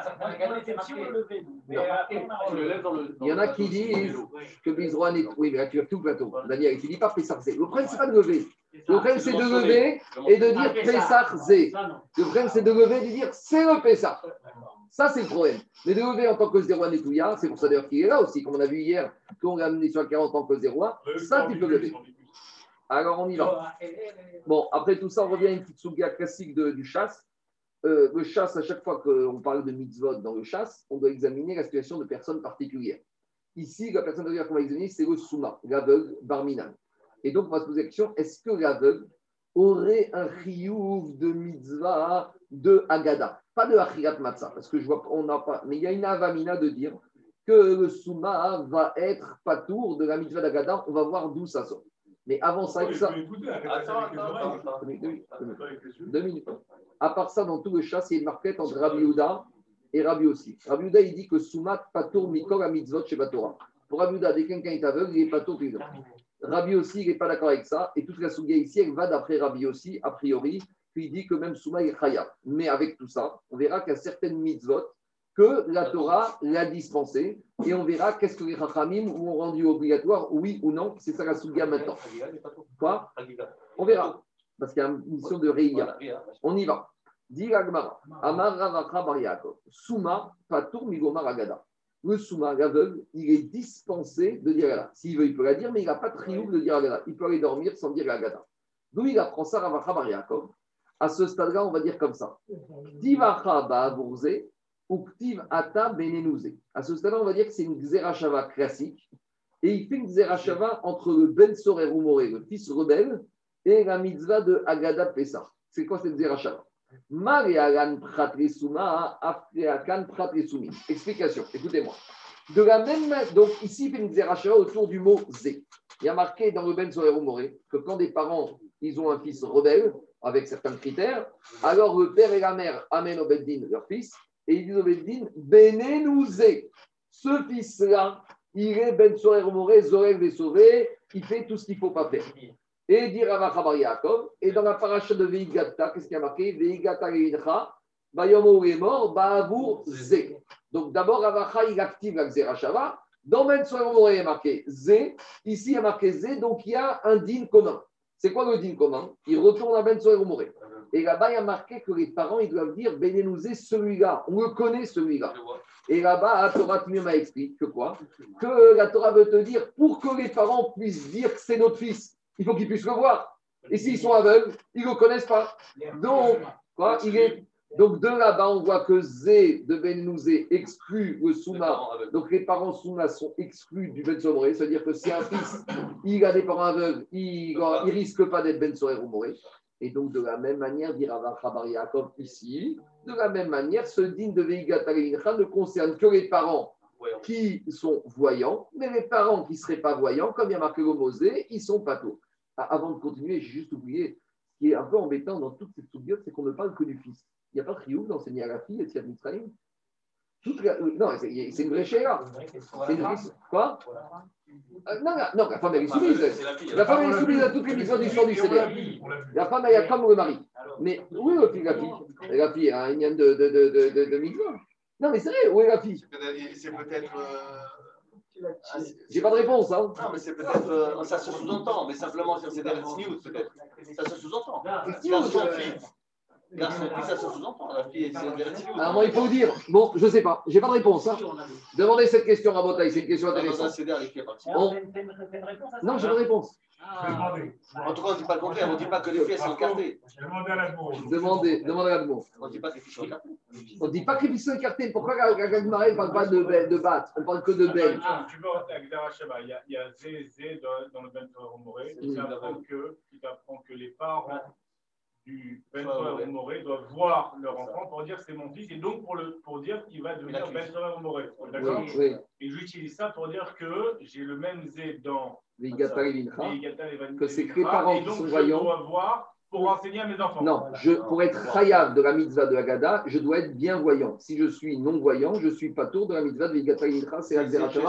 Il y en a qui disent que Bisroa Netouya. Oui, mais là, tu lèves tout le plateau. Daniel, tu ne dis pas Pessarzo. Le problème, ce n'est pas de lever. Le problème, c'est de lever et de dire Pessarze. Le problème, c'est de lever et de dire c'est le Pessah. Ça, c'est le problème. Mais de lever en tant que zéro Netouya, c'est pour ça d'ailleurs qu'il est là aussi, comme on a vu hier, qu'on l'a amené sur le quarante en tant que zéro, ça, tu peux lever. Alors, on y va. Bon, après tout ça, on revient à une petite souga classique de, du chasse. Euh, le chasse, à chaque fois qu'on parle de mitzvot dans le chasse, on doit examiner la situation de personnes particulières. Ici, la personne particulière qu'on va examiner, c'est le souma, l'aveugle barminan. Et donc, on va se poser la question, est-ce que l'aveugle aurait un chiyuv de mitzvah de Haggadah? Pas de Achirat Matzah, parce que je vois qu'on n'a pas. Mais il y a une avamina de dire que le souma va être patour de la mitzvah d'Haggadah. On va voir d'où ça sort. Mais avant ça, ça. Deux minutes. À part ça, dans tout le chasse, il y a une marquette entre Rabbi Yehuda et Rabbi aussi. Rabbi Yehuda, il dit que souma patour mikol à mitzvot chez Batora. Pour Rabbi Yehuda, dès que quelqu'un est aveugle, il est patour tous les jours. Rabbi aussi, il n'est pas d'accord avec ça. Et toute la souga ici, elle va d'après Rabbi aussi, a priori. Puis il dit que même Souma est Chaya. Mais avec tout ça, on verra qu'il y a certaines mitzvot que la Torah l'a dispensé. Et on verra qu'est-ce que les Chachamim ont rendu obligatoire, oui ou non. C'est ça la souga maintenant. Quoi? On verra. Parce qu'il y a une mission de Reïya. On y va. Dit l'Agmara. Amar Ravakra Bar Yaakov. Souma, Patour, Migomar Agada. Le Souma, l'aveugle, il est dispensé de dire Agada. S'il veut, il peut la dire, mais il n'a pas de triomphe de dire Agada. Il peut aller dormir sans dire Agada. D'où il apprend ça, Ravakra Bar Yaakov. À ce stade-là, on va dire comme ça. Tivacha ba'avourze ou ktiv ata benenouze. À ce stade-là, on va dire que c'est une xerashava classique. Et il fait une xerashava entre le ben sorer ou moré, le fils rebelle, et la mitzvah de Agada Pessah. C'est quoi cette xerashava? Marialan pratresuma afreakan pratresumi. Explication, écoutez-moi. De la même manière, donc ici, il fait une xerashava autour du mot zé. Il y a marqué dans le ben sorer ou moré que quand des parents ils ont un fils rebelle, avec certains critères, alors le père et la mère amènent au Beddin leur fils, et ils disent au Beddin, Benenouzé, ce fils-là, il est Ben Sorer Moré, Zorel les sauvé, il fait tout ce qu'il ne faut pas faire. Et dire à Vachabar Yaakov, et dans la paracha de Veigata, qu'est-ce qu'il y a marqué? Veigata Reincha, Bayomo est mort, Baavour Zé. Donc d'abord, Avacha, il active la Xerashava. Dans Ben Sorer Moré, il y a marqué Zé, ici il y a marqué Zé, donc il y a un din commun. C'est quoi le din commun? Il retourne à Ben Sorer Moré. Et là-bas, il y a marqué que les parents, ils doivent dire Benenouzé, celui-là. On le connaît, celui-là. Et là-bas, la Torah Tmima explique que quoi? Que la Torah veut te dire, pour que les parents puissent dire que c'est notre fils, il faut qu'ils puissent le voir. Et s'ils sont aveugles, ils ne le connaissent pas. Donc, quoi, il est... Donc de là-bas, on voit que Zé de Benenouzé exclut le Souma. Donc les parents Souma sont exclus du Ben Sorer. C'est-à-dire que si un fils, il a des parents aveugles, il ne risque pas d'être Ben Sorer ou Moré. Et donc, de la même manière, dire Rava Chabar Yaakov ici, de la même manière, ce din de Veigat Alincha ne concerne que les parents qui sont voyants, mais les parents qui ne seraient pas voyants, comme il y a marqué le Mosé, ils sont pas tôt. Avant de continuer, j'ai juste oublié, ce qui est un peu embêtant dans toute cette soubiote, c'est qu'on ne parle que du fils. Il n'y a pas de Riouf d'enseigner à la fille et de faire Mitzrayim. La... Non, c'est, c'est une vraie chéra. C'est une vraie... Quoi euh, non, la, non, la femme, elle est soumise. La femme, elle est soumise à toutes les missions du sang du Seigneur. La femme, elle est comme le mari. Mais où est la fille, la fille? La fille a un lien de, de, de, de, de, de mitzvah. Non, mais c'est vrai, où est la fille? C'est peut-être. Euh... J'ai pas de réponse. Hein. Non, mais c'est peut-être. Euh, ça se sous-entend, mais simplement, c'est des news, peut-être. Ça se sous-entend. Garçon, fille. Garçon, fille, ça se sous-entend. La fille, c'est des news. Alors, moi, il faut vous dire. Bon, je sais pas. J'ai pas de réponse. Hein. Demandez cette question à Botaï. C'est une question intéressante. On... Non, j'ai pas de réponse. Ah. En tout cas, on ne dit pas le contraire, on ne dit pas que les filles sont écartées. Demandez à l'Admo. Demandez, demandez à l'Admo. On ne dit pas que les filles sont écartées. On ne dit pas que les filles sont écartées. Pourquoi la Gagmara ne parle pas de, de battre? On ne parle que de belle. Ah, tu vois, avec Dara Shaba, il y a, il y a Zé, Zé dans, dans le Ben Torah Moré qui t'apprend que, qui t'apprend que les parents du Ben Torah Moré doivent voir leur enfant pour dire c'est mon fils et donc pour, le, pour dire qu'il va devenir Ben Torah Moré. D'accord? Oui, oui. Et j'utilise ça pour dire que j'ai le même Zé dans les Gata Levincha, que c'est que les parents qui sont voyants. Je dois voir pour enseigner à mes enfants. Non, je, pour être chayav de la mitzvah de Haggadah, je dois être bien voyant. Si je suis non-voyant, je ne suis pas tour de la mitzvah de Gata Levincha, c'est la Xerashava.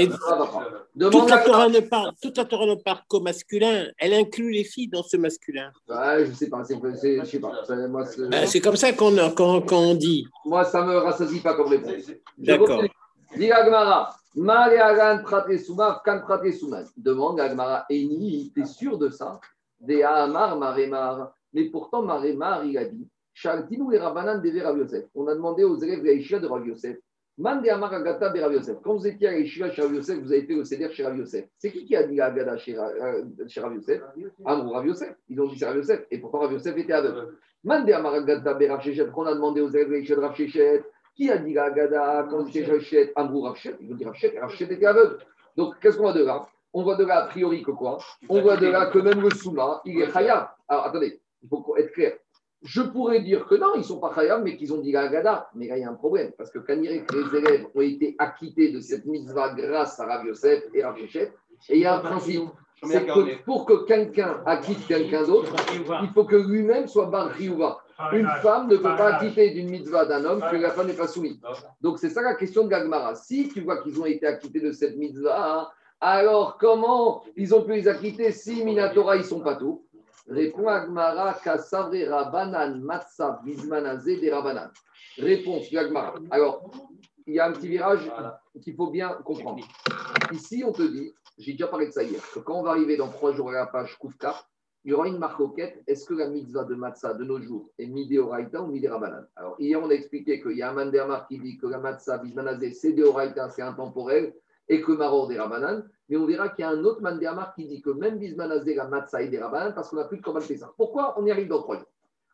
Toute la Torah ne parle, toute la Torah ne parle qu'au masculin. Elle inclut les filles dans ce masculin. Ouais, je ne sais pas. C'est, c'est, je sais pas. C'est, moi, c'est, ben, c'est comme ça qu'on, qu'on, qu'on dit. Moi, ça ne me rassasie pas comme réponse. D'accord. Dis Agmara, Mariagan Pratesuma, Kan Pratesuma. Demande Agmara, Eni, t'es sûr de ça? Des Amar, Maremar. Mais pourtant, Maremar, il a dit, Shaltinu et Rabanan de Rav Yosef. On a demandé aux élèves de l'Aïchia de Rav Yosef. Man de Amar Agata de Rav Yosef. Quand vous étiez à l'Aïchia chez Rav Yosef, vous avez fait le céder chez Rav Yosef. C'est qui qui a dit la Agada chez, euh, chez Rav Yosef? Amrou Rav Yosef. Ils ont dit c'est Rav Yosef. Et pourtant, Rav Yosef était aveugle. Man de Amar Agata de Rav Shechet. Quand on a demandé aux élèves de l'Aïchia de Rav Shechet, qui a dit la Agada quand c'était Rachet, Amrou Rachet? Ils ont dit Rachet, Rachet était aveugle. Donc, qu'est-ce qu'on voit de là? On voit de là, a priori, que quoi? On voit de là que même le Souma, il est Khayab. Alors, attendez, il faut être clair. Je pourrais dire que non, ils ne sont pas Khayab, mais qu'ils ont dit la Agada. Mais là, il y a un problème. Parce que quand il y a que les élèves ont été acquittés de cette mitzvah grâce à Rav Yosef et Rav Shechet, et il y a un principe. C'est que pour que quelqu'un acquitte quelqu'un d'autre, il faut que lui-même soit bar Riyuva. Une femme ne peut pas acquitter d'une mitzvah d'un homme que la femme n'est pas soumise. Donc c'est ça la question de Gagmara. Si tu vois qu'ils ont été acquittés de cette mitzvah, hein, alors comment ils ont pu les acquitter si Minatora ils sont pas tout? Répond Gagmara Kasavre Rabanan Matsa Bismanazé des Rabanan. Réponse Gagmara. Alors il y a un petit virage qu'il faut bien comprendre. Ici on te dit, j'ai déjà parlé de ça hier, que quand on va arriver dans trois jours à la page Koufka, il y aura une marcoquette. Est-ce que la mitzvah de matzah de nos jours est midé oraïta ou midé rabanan? Alors, hier, on a expliqué qu'il y a un mandermar qui dit que la matzah bismanazé, c'est des oraïta, c'est intemporel, et que maror des rabanan. Mais on verra qu'il y a un autre mandermar qui dit que même bismanazé, la matzah est des rabanan, parce qu'on n'a plus de korban pessah. Pourquoi? On y arrive dans trois jours.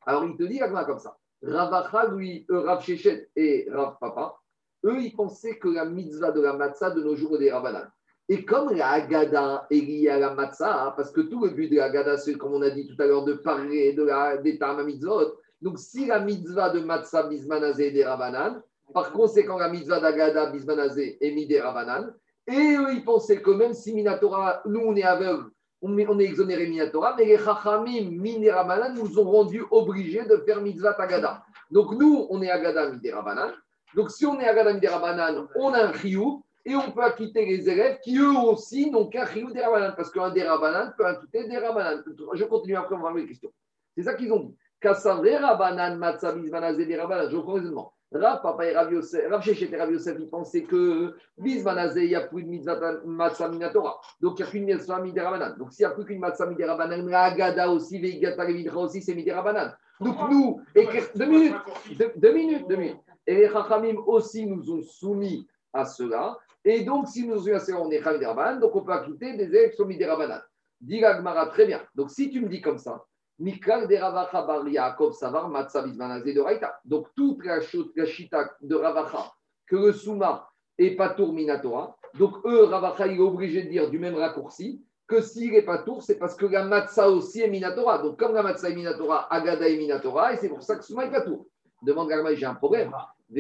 Alors il te dit la comme ça. Ravacha, lui, eux, Rav Shechet et Rav Papa, eux, ils pensaient que la mitzvah de la matzah de nos jours est des Ravanan. Et comme la Haggadah est liée à la matzah, hein, parce que tout le but de la Haggadah, c'est, comme on a dit tout à l'heure, de parler de la, des Tama mitzvot. Donc si la mitzvah de matzah bismanazé est des Ravanan, par conséquent, la mitzvah d'Haggadah bismanazé est mis des Ravanan. Et eux, ils pensaient que même si Minatora, nous, on est aveugles, on est, on est exonéré Minatora, mais les Chachamim, Mine Ravanan, nous ont rendu obligés de faire mitzvah Haggadah. Donc nous, on est Haggadah Mide Ravanan. Donc si on est Haggadah Mide Ravanan, on a un chiyuv. Et on peut acquitter les élèves qui, eux aussi, n'ont qu'un chiyuv des Rabanan, parce qu'un des Rabanan peut acquitter des Rabanan. Je continue après, on va voir les questions. C'est ça qu'ils ont dit. Kassavre Rabanan, Matzah, Bismanazé, des Rabanan. Je reprends raisonnement. Rav, Papa et Rav Yosef, Rav Shechet et Rav Yosef, ils pensaient que Bismanazé, il n'y a plus de mitzvah Matzah Minatora. Donc il n'y a qu'une mitzvah Midé Rabanan. Donc s'il n'y a plus qu'une Matzah Midé Rabanan, la Haggadah aussi, Veigata Levidra aussi, c'est Midé Rabanan. Donc nous, et, deux minutes, deux, deux minutes, deux minutes. Et les Chachamim aussi nous ont soumis à cela. Et donc, si nous on est Chav Derabanan, donc on peut acquitter des élèves qui sont mis des Rabanan. Dit Gagmara, très bien. Donc, si tu me dis comme ça, Mikal de Ravacha Bar Yaakov Savar Matzah Bismanazé de Raïta. Donc, toute la, la chita de Ravacha, que le Souma est Patour Minatora. Donc, eux, Ravacha, il est obligé de dire du même raccourci que s'il n'est Patour, c'est parce que la Matzah aussi est Minatora. Donc, comme la Matzah est Minatora, Agada est Minatora, et c'est pour ça que Souma est Patour. Demande Gagmara, j'ai un problème. On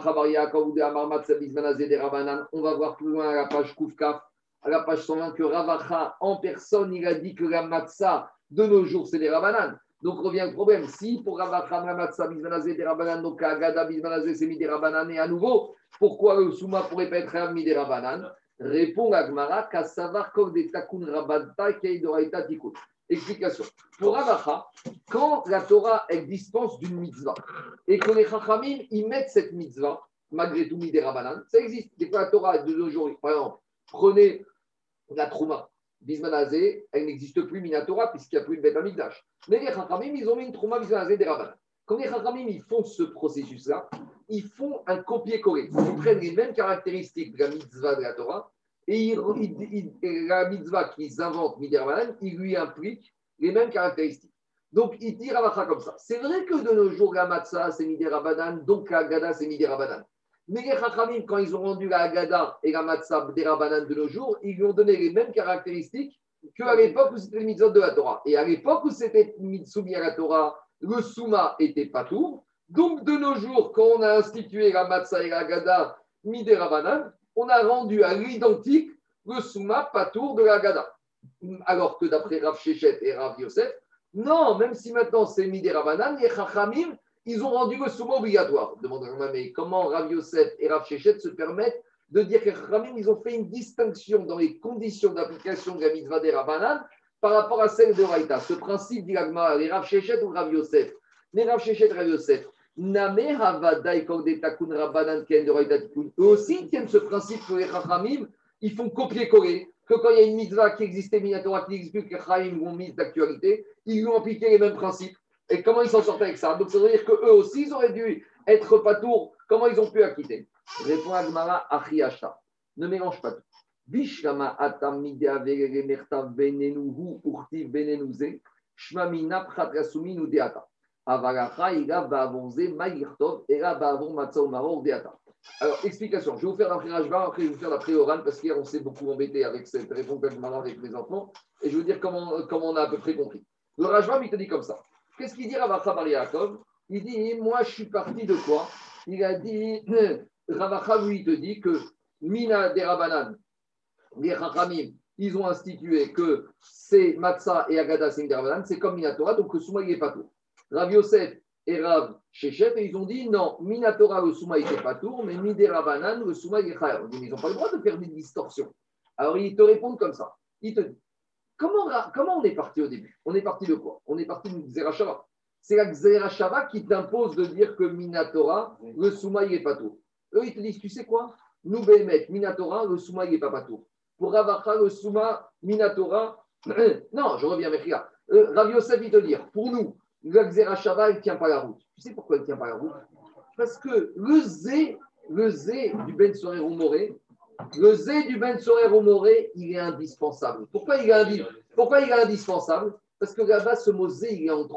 va voir plus loin à la page Koufkaf, à la page cent vingt, que Ravacha, en personne, il a dit que la matzah de nos jours, c'est des Rabanan. Donc revient le problème. Si pour Ravacha, la matzah bismanazé des Rabanan, donc à Agada bismanazé, c'est mis des Rabanan, et à nouveau, pourquoi le Souma ne pourrait pas être mis des Rabanan? Répond la Gemara, Kassavar Kok de Takun Rabanta Keidoraita Tikun. Explication. Pour Ravacha, quand la Torah elle dispense d'une mitzvah et que les Chachamim ils mettent cette mitzvah, malgré tout midé Rabanan, ça existe. Des fois la Torah de nos jours, par exemple, prenez la Trouma, Bismanazé, elle n'existe plus Minatora puisqu'il n'y a plus de Beth Amikdash. Mais les Chachamim ils ont mis une Trouma Bismanazé des Rabanan. Quand les Chachamim ils font ce processus-là, ils font un copier-coller. Ils prennent les mêmes caractéristiques de la mitzvah de la Torah. Et il, il, il, la mitzvah qu'ils inventent, Midé Rabanan, il lui implique les mêmes caractéristiques. Donc, il dit Ravacha comme ça. C'est vrai que de nos jours, la matzah, c'est Midé Rabanan, donc la Haggadah, c'est Midé Rabanan. Mais les Chachamim, quand ils ont rendu la Haggadah et la matzah des Rabanan de nos jours, ils lui ont donné les mêmes caractéristiques qu'à l'époque où c'était le mitzvah de la Torah. Et à l'époque où c'était soumis à la Torah, le Souma était patour. Donc, de nos jours, quand on a institué la matzah et la Haggadah, Midé Rabanan, on a rendu à l'identique le Souma patour de la Haggadah. Alors que d'après Rav Shechet et Rav Yosef, non, même si maintenant c'est Midé Rabanan, les Chachamim, ils ont rendu le Souma obligatoire. Demande-moi, mais comment Rav Yosef et Rav Shechet se permettent de dire que les Chachamim, ils ont fait une distinction dans les conditions d'application de la mitzvah des Rabanan par rapport à celle de Raïta. Ce principe, dit l'Agma, les Rav Shechet ou Rav Yosef. Mais Rav Shechet et Rav Yosef, Name Havadai Kogde Takun Rabanan Ken de Raïta Tikun. Eux aussi tiennent ce principe que les Chachamim, ils font copier-coller, que quand il y a une mitzvah qui existait, Minatora, qui n'existe plus, que les Chachamim l'ont mise d'actualité, ils lui ont appliqué les mêmes principes. Et comment ils s'en sortent avec ça? Donc ça veut dire qu'eux aussi, ils auraient dû être patours. Comment ils ont pu acquitter? Répond Agmara, Achiashta. Ne mélange pas tout. Bishlama atam midea verere merta venenuhu urti venenuze, shmamina pratrasumi nudeata. Avalacha ira bavonze maïrtov, era bavon matzao maror deata. Alors, explication. Je vais vous faire d'après Rajba, après je vais vous faire d'après Oran, parce qu'hier on s'est beaucoup embêté avec cette réponse d'Agmara avec les enfants, et je vais vous dire comment, comment on a à peu près compris. Le Rajba, il te dit comme ça. Qu'est-ce qu'il dit Ravacha Bar Yaakov? Il dit, moi je suis parti de quoi? Il a dit, Ravacha, lui, il te dit que Mina des Rabanan, les Chachamim, ils ont institué que c'est Matzah et Agada, c'est Mina des Rabanan, c'est comme Minatora, donc le Souma, il n'est pas tout. Rav Yosef et Rav Shechet, et ils ont dit, non, Minatora, le Souma, il n'était pas tout, mais Midé Rabanan, le Souma, il est Chayav. On dit, mais ils n'ont pas le droit de faire des distorsions. Alors, ils te répondent comme ça. Ils te disent, Comment, comment on est parti au début? On est parti de quoi? On est parti d'une Xerashava. C'est la Xerashava qui t'impose de dire que Minatora, le Souma, il n'est pas tout. Eux, ils te disent, tu sais quoi? Nous, Béhémet, Minatora, le Souma, il n'est pas tout. Pour Ravacha, le Souma, Minatora, non, je reviens avec Ria. Euh, Rav Yosef, il te dit, pour nous, la Xerashava, elle ne tient pas la route. Tu sais pourquoi elle ne tient pas la route? Parce que le Zé, le Zé du Ben Sorer ou Moré, le Zé du Ben Sorer ou Moré, il est indispensable. Pourquoi il est, indi... Pourquoi il est indispensable? Parce que là-bas, ce mot Zé, il est en trop.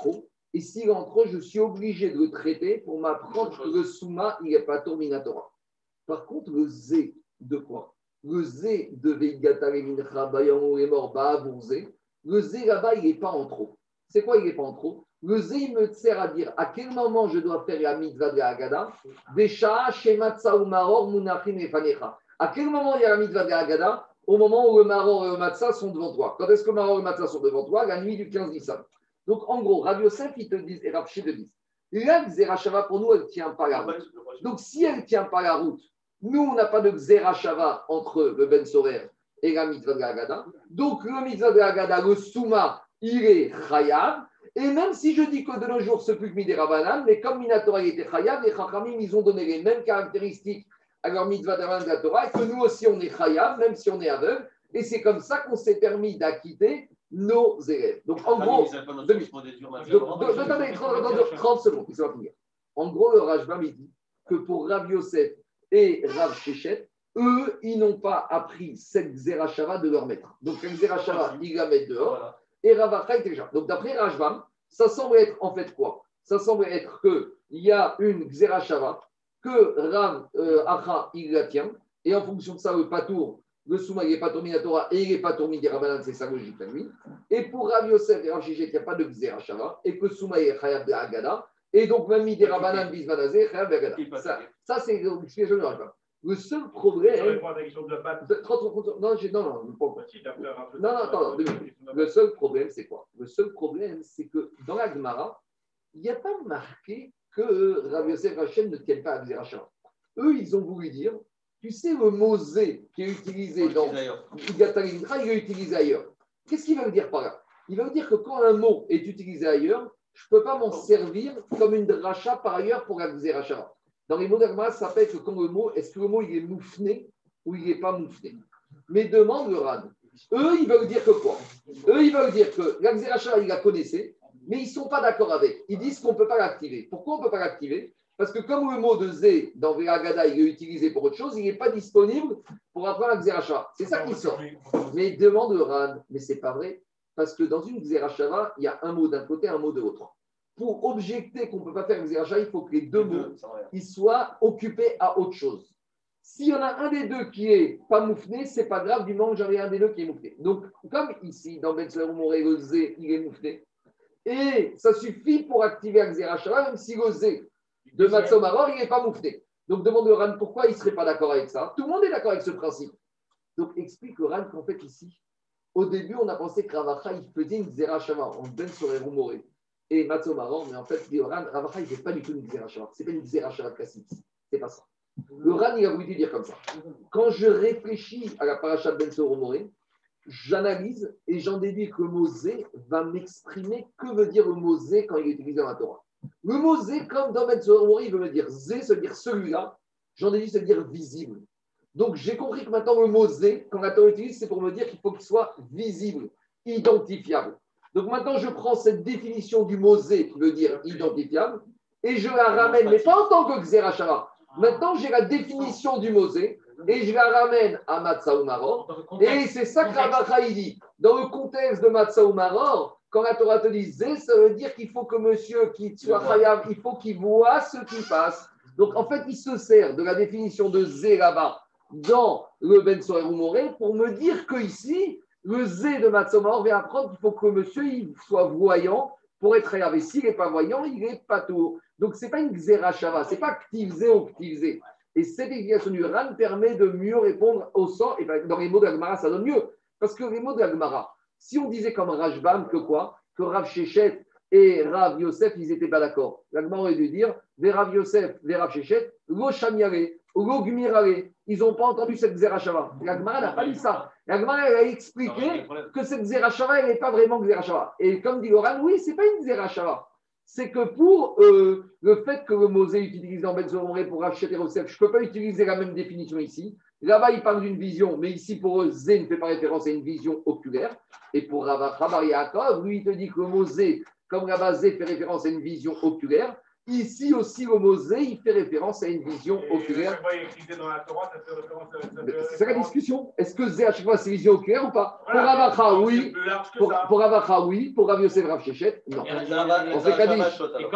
Et s'il en trop, je suis obligé de le traiter pour m'apprendre que le Souma, il n'est pas Torminatora. Par contre, le Zé de quoi? Le Zé de Veigata Lemincha Bayamo est mort Baavourze. Le Zé là-bas, il n'est pas en trop. C'est quoi, il n'est pas en trop? Le Zé, il me sert à dire à quel moment je dois faire la mitzvah de la Haggadah. Desha, Shematsa ou Maror, Munachim et Fanecha. À quel moment il y a la mitzvah de la Haggadah? Au moment où le Maror et le Matzah sont devant toi. Quand est-ce que le Maror et le Matzah sont devant toi? La nuit du quinze Nissan. Donc, en gros, Rav Yosef, ils te disent, et Rav Shé te disent, la Xerashava, pour nous, elle ne tient pas la route. Donc, si elle ne tient pas la route, nous, on n'a pas de Xerashava entre le Ben Sorer et la mitzvah de la Haggadah. Donc, le mitzvah de la Haggadah, le Souma, il est Chayav. Et même si je dis que de nos jours, ce plus que Midé Rabanan, mais comme Minatora était Chayav, les Chachamim, ils ont donné les mêmes caractéristiques à leur mitzvah de la Torah, et que nous aussi, on est Chayav, même si on est aveugle. Et c'est comme ça qu'on s'est permis d'acquitter nos élèves. Donc, en gros, attendez, trente secondes, il va finir. En gros, le Rashbam, il dit que pour Rav Yosef et Rav Shechet, eux, ils n'ont pas appris cette Xerashava de leur maître. Donc, la Xerashava, ils la mettent dehors, et Rav Acha était déjà. Donc, d'après Rashbam, ça semble être en fait quoi? Ça semble être qu'il y a une Xerashava, que Rav euh, Acha, il la tient, et en fonction de ça, le Patour, le Souma, il n'est pas tourné à Torah et il n'est pas tourné à Rabanan, c'est sa logique à lui. Et pour Rav Yosef et Rav Shechet, il n'y a pas de Xerashava, et que Souma est Chayav de Haggadah, et donc même Midé Rabanan, Bisvanazé, Chayav de Haggadah. Ça, ça c'est l'explication de Rashbam. Le seul problème. Non, j'ai, non, non, non, non, attends, deux minutes. Le seul problème, c'est quoi? Le seul problème, c'est que dans la Gemara, il n'y a pas marqué que Rav Yosef et Hachem ne tiennent pas à Xerashava. Eux, ils ont voulu dire. Tu sais, le mot zé qui est utilisé dans Igata Limitra, il est utilisé ailleurs. Qu'est-ce qu'il veut dire par là? Il veut dire que quand un mot est utilisé ailleurs, je ne peux pas m'en servir comme une dracha par ailleurs pour la Xerashava. Dans les mots d'Agma, ça fait que quand le mot, est-ce que le mot il est moufné ou il n'est pas moufné? Mais demande le Rad. Eux, ils veulent dire que quoi? Eux, ils veulent dire que la Xerashava, ils la connaissaient, mais ils ne sont pas d'accord avec. Ils disent qu'on ne peut pas l'activer. Pourquoi on ne peut pas l'activer? Parce que comme le mot de Zé dans Vélagada, il est utilisé pour autre chose, il n'est pas disponible pour apprendre la Xerashava. C'est ça qui sort. Mais demande le Rad, mais ce n'est pas vrai. Parce que dans une Xerashava, il y a un mot d'un côté, un mot de l'autre. Pour objecter qu'on ne peut pas faire une Xerashava, il faut que les deux mots ils soient occupés à autre chose. S'il y en a un des deux qui n'est pas moufné, ce n'est pas grave du moment que j'en ai un des deux qui est moufné. Donc, comme ici, dans Betzer Moré, le Zé, il est moufné. Et ça suffit pour activer la Xerashava, même si le Zé de Matzomaror, il n'est pas moufné. Donc, demande au Ran pourquoi il ne serait pas d'accord avec ça. Tout le monde est d'accord avec ce principe. Donc, explique au Ran qu'en fait, ici, au début, on a pensé que Ravacha, il faisait une Xerashava en Ben sur les Rumoré et Matzomaror, mais en fait, le Ran, Ravacha, il ne fait pas du tout une Xerashava. Ce n'est pas une Xerashava classique. Ce n'est pas ça. Le Ran, il a voulu dire comme ça. Quand je réfléchis à la paracha de Ben sur Rumoré, j'analyse et j'en déduis que le mot Zé va m'exprimer que veut dire le mot Zé quand il est utilisé dans la Torah. Le mot Zé, comme dans Ben Zohar, il veut me dire Zé, ça veut dire celui-là. J'en ai dit, ça veut dire visible. Donc, j'ai compris que maintenant, le mot Zé, quand la Torah utilise, c'est pour me dire qu'il faut qu'il soit visible, identifiable. Donc, maintenant, je prends cette définition du mot Zé, qui veut dire identifiable, et je la ramène, mais pas en tant que Xerashava. Maintenant, j'ai la définition du mot Zé, et je la ramène à Matzah ou Maror. Et c'est ça que Ravacha dit. Dans le contexte de Matzah ou Maror, quand la Torah te dit Zé, ça veut dire qu'il faut que monsieur qui soit chayav, il faut qu'il voit ce qui passe. Donc en fait, il se sert de la définition de Zé là-bas dans le Ben Soher Moré pour me dire qu'ici, le Zé de Matzomor vient apprendre qu'il faut que monsieur il soit voyant pour être chayav. Et s'il n'est pas voyant, il n'est pas tout. Donc ce n'est pas une Xerashava, ce n'est pas active Zé ou active Zé. Et cette explication du Ran permet de mieux répondre au sens. Et dans les mots de la Gemara, ça donne mieux. Parce que les mots de la Gemara, si on disait comme Rashbam que quoi? Que Rav Shechet et Rav Yosef, ils n'étaient pas d'accord. La Gemara aurait dû dire, vers Rav Yosef, vers Rav Shechet, lo shamiare, lo gmirare. Ils n'ont pas entendu cette Xerashava. La Gemara n'a pas dit ça. La Gemara a expliqué que cette Xerashava, elle n'est pas vraiment Xerashava. Et comme dit Loran, oui, ce n'est pas une Xerashava. C'est que pour euh, le fait que le Mosé est utilisé en Betzoromré pour Rav Shechet et Yosef, je ne peux pas utiliser la même définition ici. Là-bas, il parle d'une vision, mais ici, pour eux, Zé ne fait pas référence à une vision oculaire. Et pour Rav Yaakov, lui, il te dit que le mot Zé, comme là-bas, Zé fait référence à une vision oculaire. Ici aussi, le mot Zé, il fait référence à une vision Et oculaire. chaque fois, il y a écrit dans la Torah, ça fait référence à- ça fait C'est ça la référence- discussion. Est-ce que Zé, à chaque fois, c'est vision oculaire ou pas? Voilà. Pour Avacha, C'est oui. plus large que Pour, ça. pour Avacha, oui. Pour Rav Yosef Rav Shechet, non. Et Rav- On fait Rav- Kaddish. Rav- Rav-